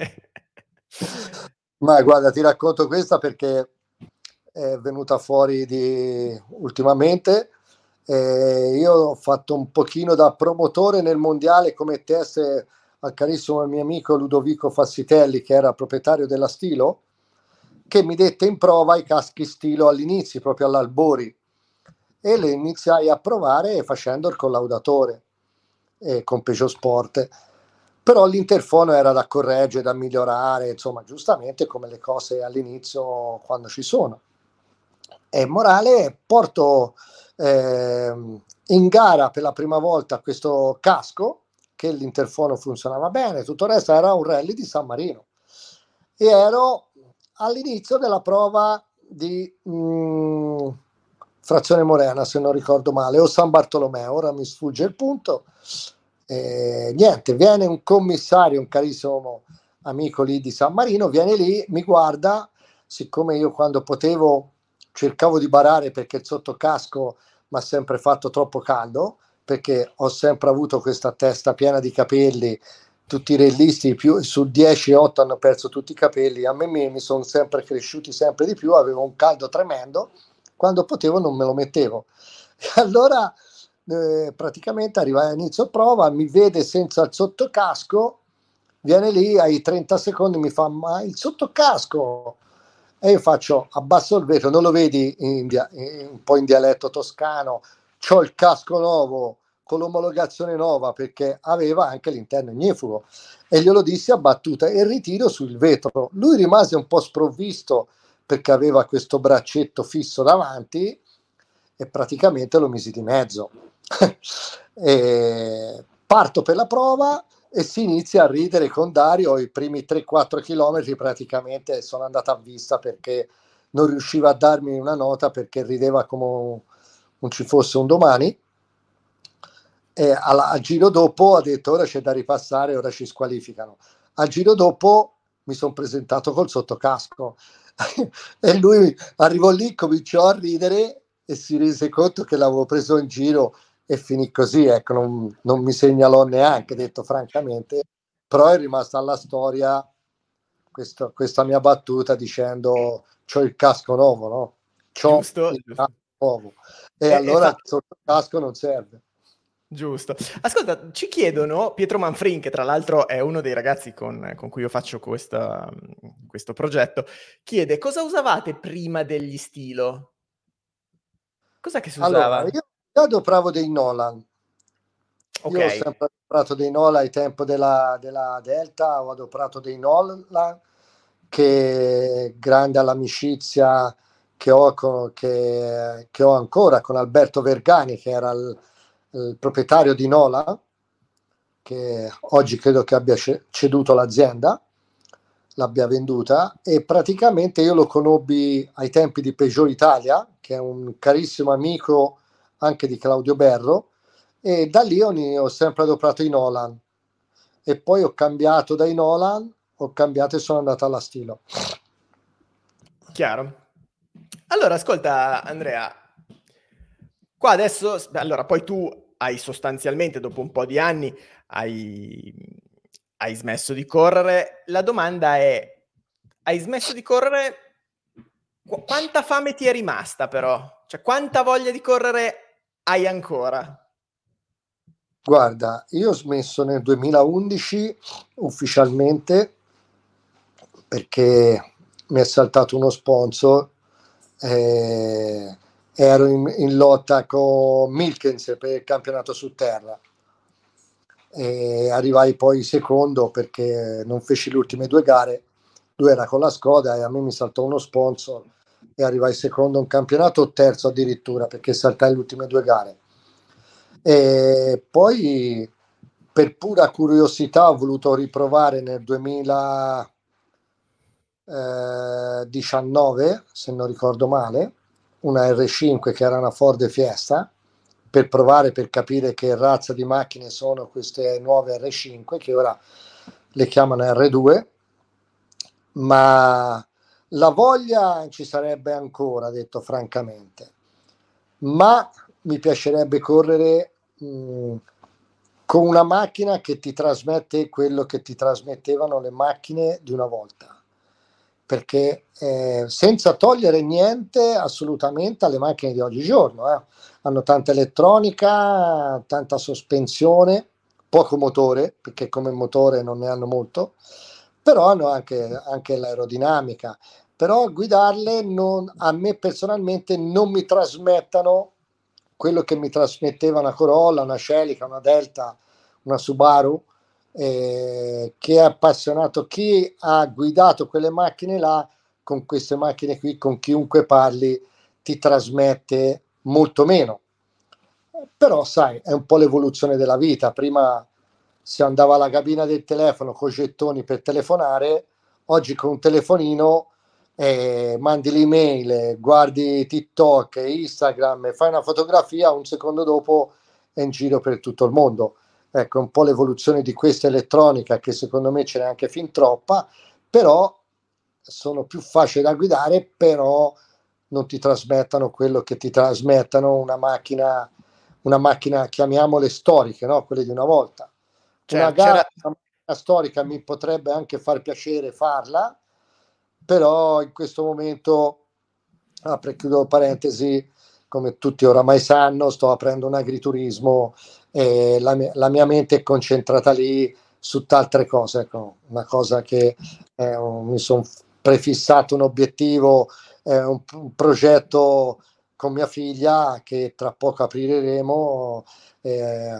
[SPEAKER 2] Ma guarda, ti racconto questa perché è venuta fuori di... ultimamente. Eh, io ho fatto un pochino da promotore nel mondiale come test al carissimo mio amico Ludovico Fassitelli, che era proprietario della Stilo, che mi dette in prova i caschi Stilo all'inizio, proprio all'albori, e le iniziai a provare facendo il collaudatore eh, con Peugeot Sport. Però l'interfono era da correggere, da migliorare, insomma, giustamente come le cose all'inizio quando ci sono. E morale, porto eh, in gara per la prima volta questo casco, che l'interfono funzionava bene, tutto il resto era un rally di San Marino. E ero all'inizio della prova di mh, Frazione Morena, se non ricordo male, o San Bartolomeo, ora mi sfugge il punto. Eh, niente, viene un commissario, un carissimo amico lì di San Marino, viene lì, mi guarda, siccome io quando potevo cercavo di barare perché il sottocasco mi ha sempre fatto troppo caldo, perché ho sempre avuto questa testa piena di capelli, tutti i realisti più, su dieci otto hanno perso tutti i capelli, a me mi, mi sono sempre cresciuti sempre di più, avevo un caldo tremendo, quando potevo non me lo mettevo. E allora eh, praticamente arriva a inizio prova, mi vede senza il sottocasco, viene lì ai trenta secondi mi fa ma il sottocasco, e io faccio abbasso il vetro, non lo vedi in dia- in, un po' in dialetto toscano, c'ho il casco nuovo con l'omologazione nuova perché aveva anche l'interno ignifugo, e glielo dissi a battuta e ritiro sul vetro. Lui rimase un po' sprovvisto perché aveva questo braccetto fisso davanti e praticamente lo misi di mezzo. E parto per la prova e si inizia a ridere con Dario. I primi tre quattro chilometri praticamente sono andato a vista perché non riusciva a darmi una nota perché rideva come non ci fosse un domani. E al, al giro dopo ha detto ora c'è da ripassare, ora ci squalificano. Al giro dopo mi sono presentato col sottocasco e lui arrivò lì, cominciò a ridere e si rese conto che l'avevo preso in giro e finì così, ecco, non, non mi segnalò neanche, detto francamente, però è rimasta alla storia questo, questa mia battuta dicendo c'ho il casco nuovo, no? C'ho
[SPEAKER 1] Giusto,
[SPEAKER 2] il
[SPEAKER 1] giusto.
[SPEAKER 2] casco nuovo e
[SPEAKER 1] E, e
[SPEAKER 2] allora
[SPEAKER 1] fa...
[SPEAKER 2] il sottocasco non serve.
[SPEAKER 1] Giusto. Ascolta, ci chiedono, Pietro Manfrin, che tra l'altro è uno dei ragazzi con, con cui io faccio questa, questo progetto, chiede cosa usavate prima degli Stilo? Cos'è che si
[SPEAKER 2] Allora,
[SPEAKER 1] usava?
[SPEAKER 2] io, io adopravo dei Nolan.
[SPEAKER 1] Ok,
[SPEAKER 2] Io ho sempre adoprato dei Nolan ai tempo della, della Delta, ho adoprato dei Nolan che grande all'amicizia che ho, con, che, che ho ancora con Alberto Vergani, che era il, il proprietario di Nolan, che oggi credo che abbia ceduto l'azienda, l'abbia venduta, e praticamente io lo conobbi ai tempi di Peugeot Italia, che è un carissimo amico anche di Claudio Berro, e da lì ho, ho sempre adoprato i Nolan e poi ho cambiato dai Nolan, ho cambiato e sono andato alla Stilo.
[SPEAKER 1] chiaro. Allora, ascolta Andrea, qua adesso, allora poi tu hai sostanzialmente dopo un po' di anni hai, hai smesso di correre. La domanda è, hai smesso di correre? Qu- quanta fame ti è rimasta però? Cioè quanta voglia di correre hai ancora?
[SPEAKER 2] Guarda, io ho smesso nel duemilaundici ufficialmente perché mi è saltato uno sponsor. Eh, ero in, in lotta con Milkens per il campionato su terra e arrivai poi secondo perché non feci le ultime due gare. Lui era con la Skoda e a me mi saltò uno sponsor e arrivai secondo un campionato o terzo addirittura perché saltai le ultime due gare. E poi per pura curiosità ho voluto riprovare nel duemiladiciannove, se non ricordo male, una R cinque che era una Ford Fiesta, per provare, per capire che razza di macchine sono queste nuove R cinque, che ora le chiamano R due, ma la voglia ci sarebbe ancora, detto francamente, ma mi piacerebbe correre mh, con una macchina che ti trasmette quello che ti trasmettevano le macchine di una volta, perché eh, senza togliere niente assolutamente alle macchine di oggigiorno, eh. Hanno tanta elettronica, tanta sospensione, poco motore, perché come motore non ne hanno molto, però hanno anche, anche l'aerodinamica. Però guidarle non, a me personalmente non mi trasmettano quello che mi trasmetteva una Corolla, una Celica, una Delta, una Subaru, eh, che è appassionato. Chi ha guidato quelle macchine là, con queste macchine qui, con chiunque parli, ti trasmette molto meno. Però sai, è un po' l'evoluzione della vita. Prima si andava alla cabina del telefono con gettoni per telefonare, oggi con un telefonino eh, mandi l'email, guardi TikTok, Instagram, fai una fotografia, un secondo dopo è in giro per tutto il mondo. Ecco, un po' l'evoluzione di questa elettronica, che secondo me ce n'è anche fin troppa, però sono più facili da guidare, però non ti trasmettano quello che ti trasmettano una macchina, una macchina, chiamiamole storiche, no? Quelle di una volta. Una
[SPEAKER 1] Certo,
[SPEAKER 2] gara
[SPEAKER 1] c'era...
[SPEAKER 2] una macchina storica mi potrebbe anche far piacere farla, però in questo momento, apro e chiudo parentesi, come tutti oramai sanno, sto aprendo un agriturismo e la mia, la mia mente è concentrata lì su altre cose. Ecco, una cosa che eh, mi sono prefissato un obiettivo, eh, un, un progetto con mia figlia che tra poco apriremo eh,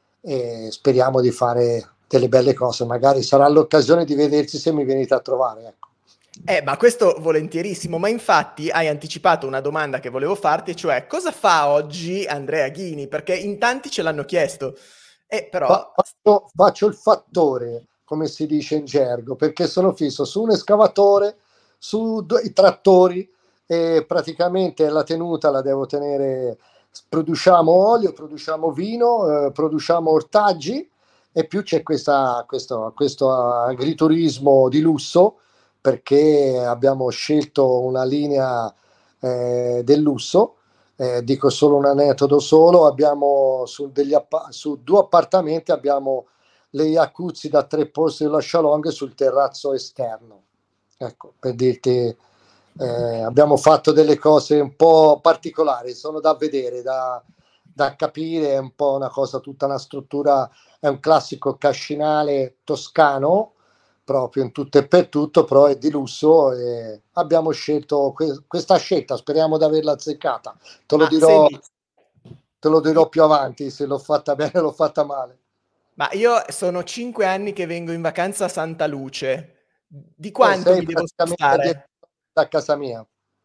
[SPEAKER 2] e speriamo di fare delle belle cose. Magari sarà l'occasione di vederci se mi venite a trovare. Ecco.
[SPEAKER 1] Eh, ma questo volentierissimo, ma infatti hai anticipato una domanda che volevo farti, cioè cosa fa oggi Andrea Ghini? Perché in tanti ce l'hanno chiesto, e
[SPEAKER 2] Fa-
[SPEAKER 1] però...
[SPEAKER 2] Faccio, faccio il fattore, come si dice in gergo, perché sono fisso su un escavatore, su due trattori e praticamente la tenuta la devo tenere. Produciamo olio, produciamo vino, eh, produciamo ortaggi e più c'è questa, questo, questo agriturismo di lusso, perché abbiamo scelto una linea eh, del lusso. Eh, dico solo un aneddoto solo, abbiamo su, degli appa- su due appartamenti abbiamo le jacuzzi da tre posti della Shalong sul terrazzo esterno. Ecco, per dirti, eh, abbiamo fatto delle cose un po' particolari, sono da vedere, da, da capire, è un po' una cosa, tutta una struttura, è un classico cascinale toscano, proprio in tutto e per tutto, però è di lusso e abbiamo scelto que- questa scelta, speriamo di averla azzeccata. Te lo
[SPEAKER 1] Ma
[SPEAKER 2] dirò,
[SPEAKER 1] senti,
[SPEAKER 2] te lo dirò
[SPEAKER 1] i-
[SPEAKER 2] più avanti se l'ho fatta bene o l'ho fatta male.
[SPEAKER 1] ma io sono cinque anni che vengo in vacanza a Santa Luce. Di
[SPEAKER 2] Eh,
[SPEAKER 1] quanto
[SPEAKER 2] sei
[SPEAKER 1] mi devo
[SPEAKER 2] praticamente
[SPEAKER 1] spostare?
[SPEAKER 2] dietro da casa mia.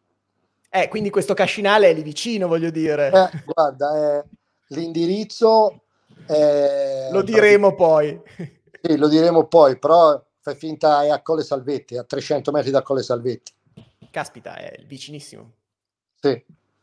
[SPEAKER 1] Eh, quindi questo cascinale è lì vicino, voglio dire.
[SPEAKER 2] Eh, guarda, eh, l'indirizzo
[SPEAKER 1] Lo
[SPEAKER 2] è
[SPEAKER 1] diremo
[SPEAKER 2] praticamente,
[SPEAKER 1] poi.
[SPEAKER 2] sì, lo diremo poi, però fai finta è a Colle Salvetti, a trecento metri da Colle Salvetti.
[SPEAKER 1] Caspita, è vicinissimo.
[SPEAKER 2] Sì.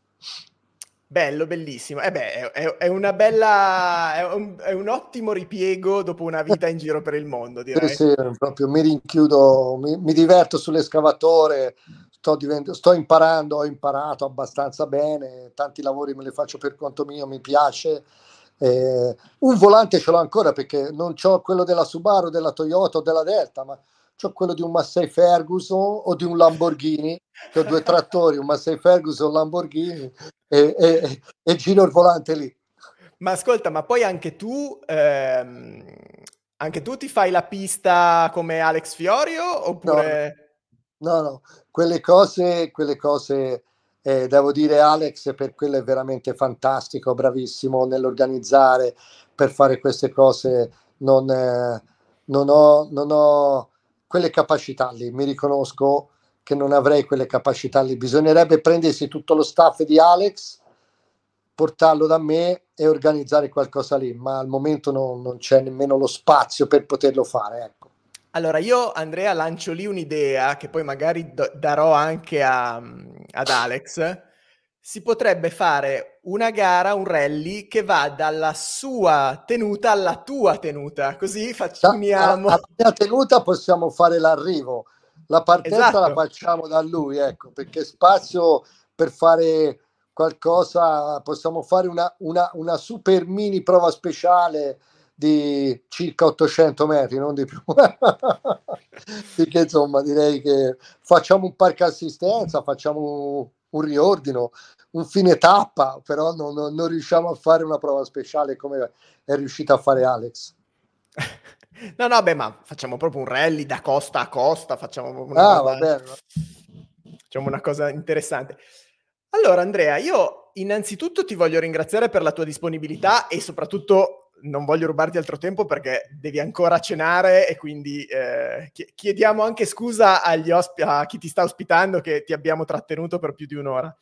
[SPEAKER 1] Bello, bellissimo. Eh beh, è, è- è una bella, è un, è un ottimo ripiego dopo una vita in giro per il mondo,
[SPEAKER 2] Sì,
[SPEAKER 1] direi.
[SPEAKER 2] sì, proprio mi rinchiudo, mi, mi diverto sull'escavatore, sto, divent- sto imparando, ho imparato abbastanza bene, tanti lavori me li faccio per conto mio, mi piace. Eh, un volante ce l'ho ancora perché non ho quello della Subaru, della Toyota o della Delta, ma ho quello di un Massey Ferguson o di un Lamborghini, che ho due trattori, un Massey Ferguson e un Lamborghini, e, e- e giro il volante lì.
[SPEAKER 1] Ma ascolta, ma poi anche tu, ehm, anche tu ti fai la pista come Alex Fiorio
[SPEAKER 2] No, no.
[SPEAKER 1] oppure...
[SPEAKER 2] No, no, quelle cose, quelle cose eh, devo dire Alex, per quello è veramente fantastico, bravissimo nell'organizzare, per fare queste cose. Non, eh, non ho, non ho quelle capacità lì, mi riconosco che non avrei quelle capacità lì. Bisognerebbe prendersi tutto lo staff di Alex, portarlo da me e organizzare qualcosa lì, ma al momento non, non c'è nemmeno lo spazio per poterlo fare, ecco.
[SPEAKER 1] Allora, io, Andrea, lancio lì un'idea che poi magari do- darò anche a- ad Alex. si potrebbe fare una gara, un rally che va dalla sua tenuta alla tua tenuta, così facciamo...
[SPEAKER 2] A mia tenuta possiamo fare l'arrivo, la partenza
[SPEAKER 1] esatto.
[SPEAKER 2] la facciamo da lui, ecco, perché spazio per fare qualcosa, possiamo fare una, una, una super mini prova speciale di circa ottocento metri, non di più. Perché insomma direi che facciamo un parco assistenza, facciamo un riordino, un fine tappa, però non, non, non riusciamo a fare una prova speciale come è riuscito a fare Alex.
[SPEAKER 1] No, no, beh, ma facciamo proprio un rally da costa a costa, facciamo una
[SPEAKER 2] ah,
[SPEAKER 1] roba...
[SPEAKER 2] va bene.
[SPEAKER 1] Facciamo una cosa interessante. Allora, Andrea, io innanzitutto ti voglio ringraziare per la tua disponibilità e soprattutto non voglio rubarti altro tempo perché devi ancora cenare e quindi eh, chiediamo anche scusa agli ospi- a chi ti sta ospitando che ti abbiamo trattenuto per più di un'ora.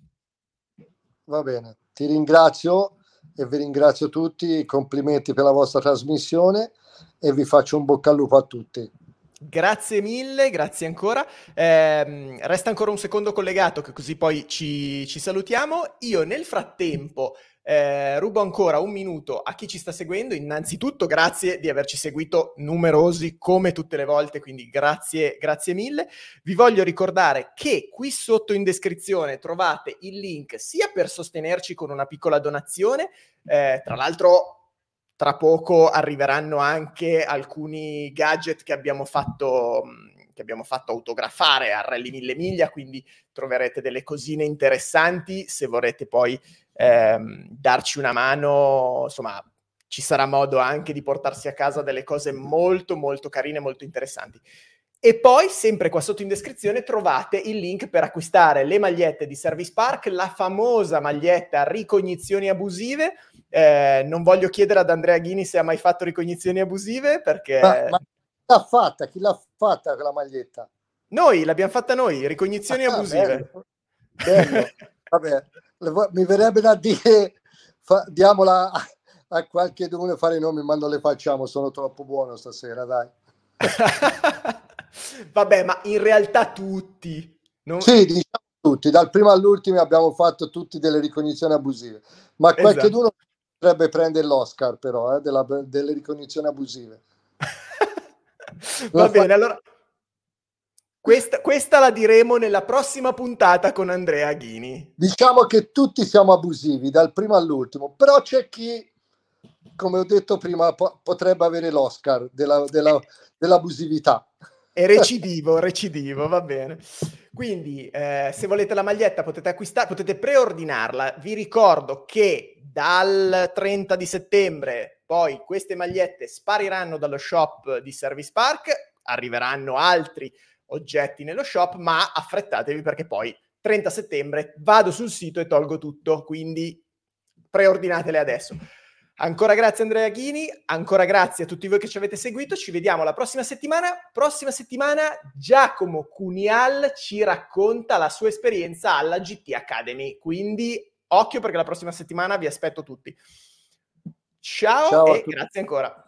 [SPEAKER 2] Va bene, ti ringrazio e vi ringrazio tutti, complimenti per la vostra trasmissione e vi faccio un bocca al lupo a tutti.
[SPEAKER 1] Grazie mille, grazie ancora. Eh, resta ancora un secondo collegato che così poi ci, ci salutiamo. Io nel frattempo eh, rubo ancora un minuto a chi ci sta seguendo. Innanzitutto grazie di averci seguito numerosi come tutte le volte, quindi grazie, grazie mille. Vi voglio ricordare che qui sotto in descrizione trovate il link sia per sostenerci con una piccola donazione, eh, tra l'altro tra poco arriveranno anche alcuni gadget che abbiamo fatto, che abbiamo fatto autografare a Rally Mille Miglia, quindi troverete delle cosine interessanti. Se vorrete poi ehm, darci una mano, insomma, ci sarà modo anche di portarsi a casa delle cose molto, molto carine, molto interessanti. E poi, sempre qua sotto in descrizione, trovate il link per acquistare le magliette di Service Park, la famosa maglietta ricognizioni abusive. Eh, non voglio chiedere ad Andrea Ghini se ha mai fatto ricognizioni abusive, perché...
[SPEAKER 2] Ma, ma chi l'ha fatta? Chi l'ha fatta quella maglietta?
[SPEAKER 1] Noi, l'abbiamo fatta noi, ricognizioni
[SPEAKER 2] ah,
[SPEAKER 1] abusive.
[SPEAKER 2] Bello, bello. Vabbè, mi verrebbe da dire, fa, diamola a, a qualche uno fare i nomi, ma non le facciamo, sono troppo buono stasera, dai.
[SPEAKER 1] Vabbè, ma in realtà tutti. Non...
[SPEAKER 2] Sì, diciamo tutti, dal primo all'ultimo abbiamo fatto tutti delle ricognizioni abusive, ma qualche
[SPEAKER 1] esatto.
[SPEAKER 2] uno potrebbe prendere l'Oscar però, eh, della, delle ricognizioni abusive.
[SPEAKER 1] Va bene, allora questa, questa la diremo nella prossima puntata con Andrea Ghini.
[SPEAKER 2] Diciamo che tutti siamo abusivi, dal primo all'ultimo, però c'è chi, come ho detto prima, po- potrebbe avere l'Oscar della, della, dell'abusività.
[SPEAKER 1] È recidivo, recidivo, va bene. Quindi, eh, se volete la maglietta potete acquistare, potete preordinarla. Vi ricordo che dal trenta di settembre poi queste magliette spariranno dallo shop di Service Park, arriveranno altri oggetti nello shop, ma affrettatevi perché poi trenta settembre vado sul sito e tolgo tutto, quindi preordinatele adesso. Ancora grazie Andrea Ghini, ancora grazie a tutti voi che ci avete seguito, ci vediamo la prossima settimana. Prossima settimana Giacomo Cunial ci racconta la sua esperienza alla G T Academy, quindi occhio perché la prossima settimana vi aspetto tutti. Ciao, Ciao e grazie ancora.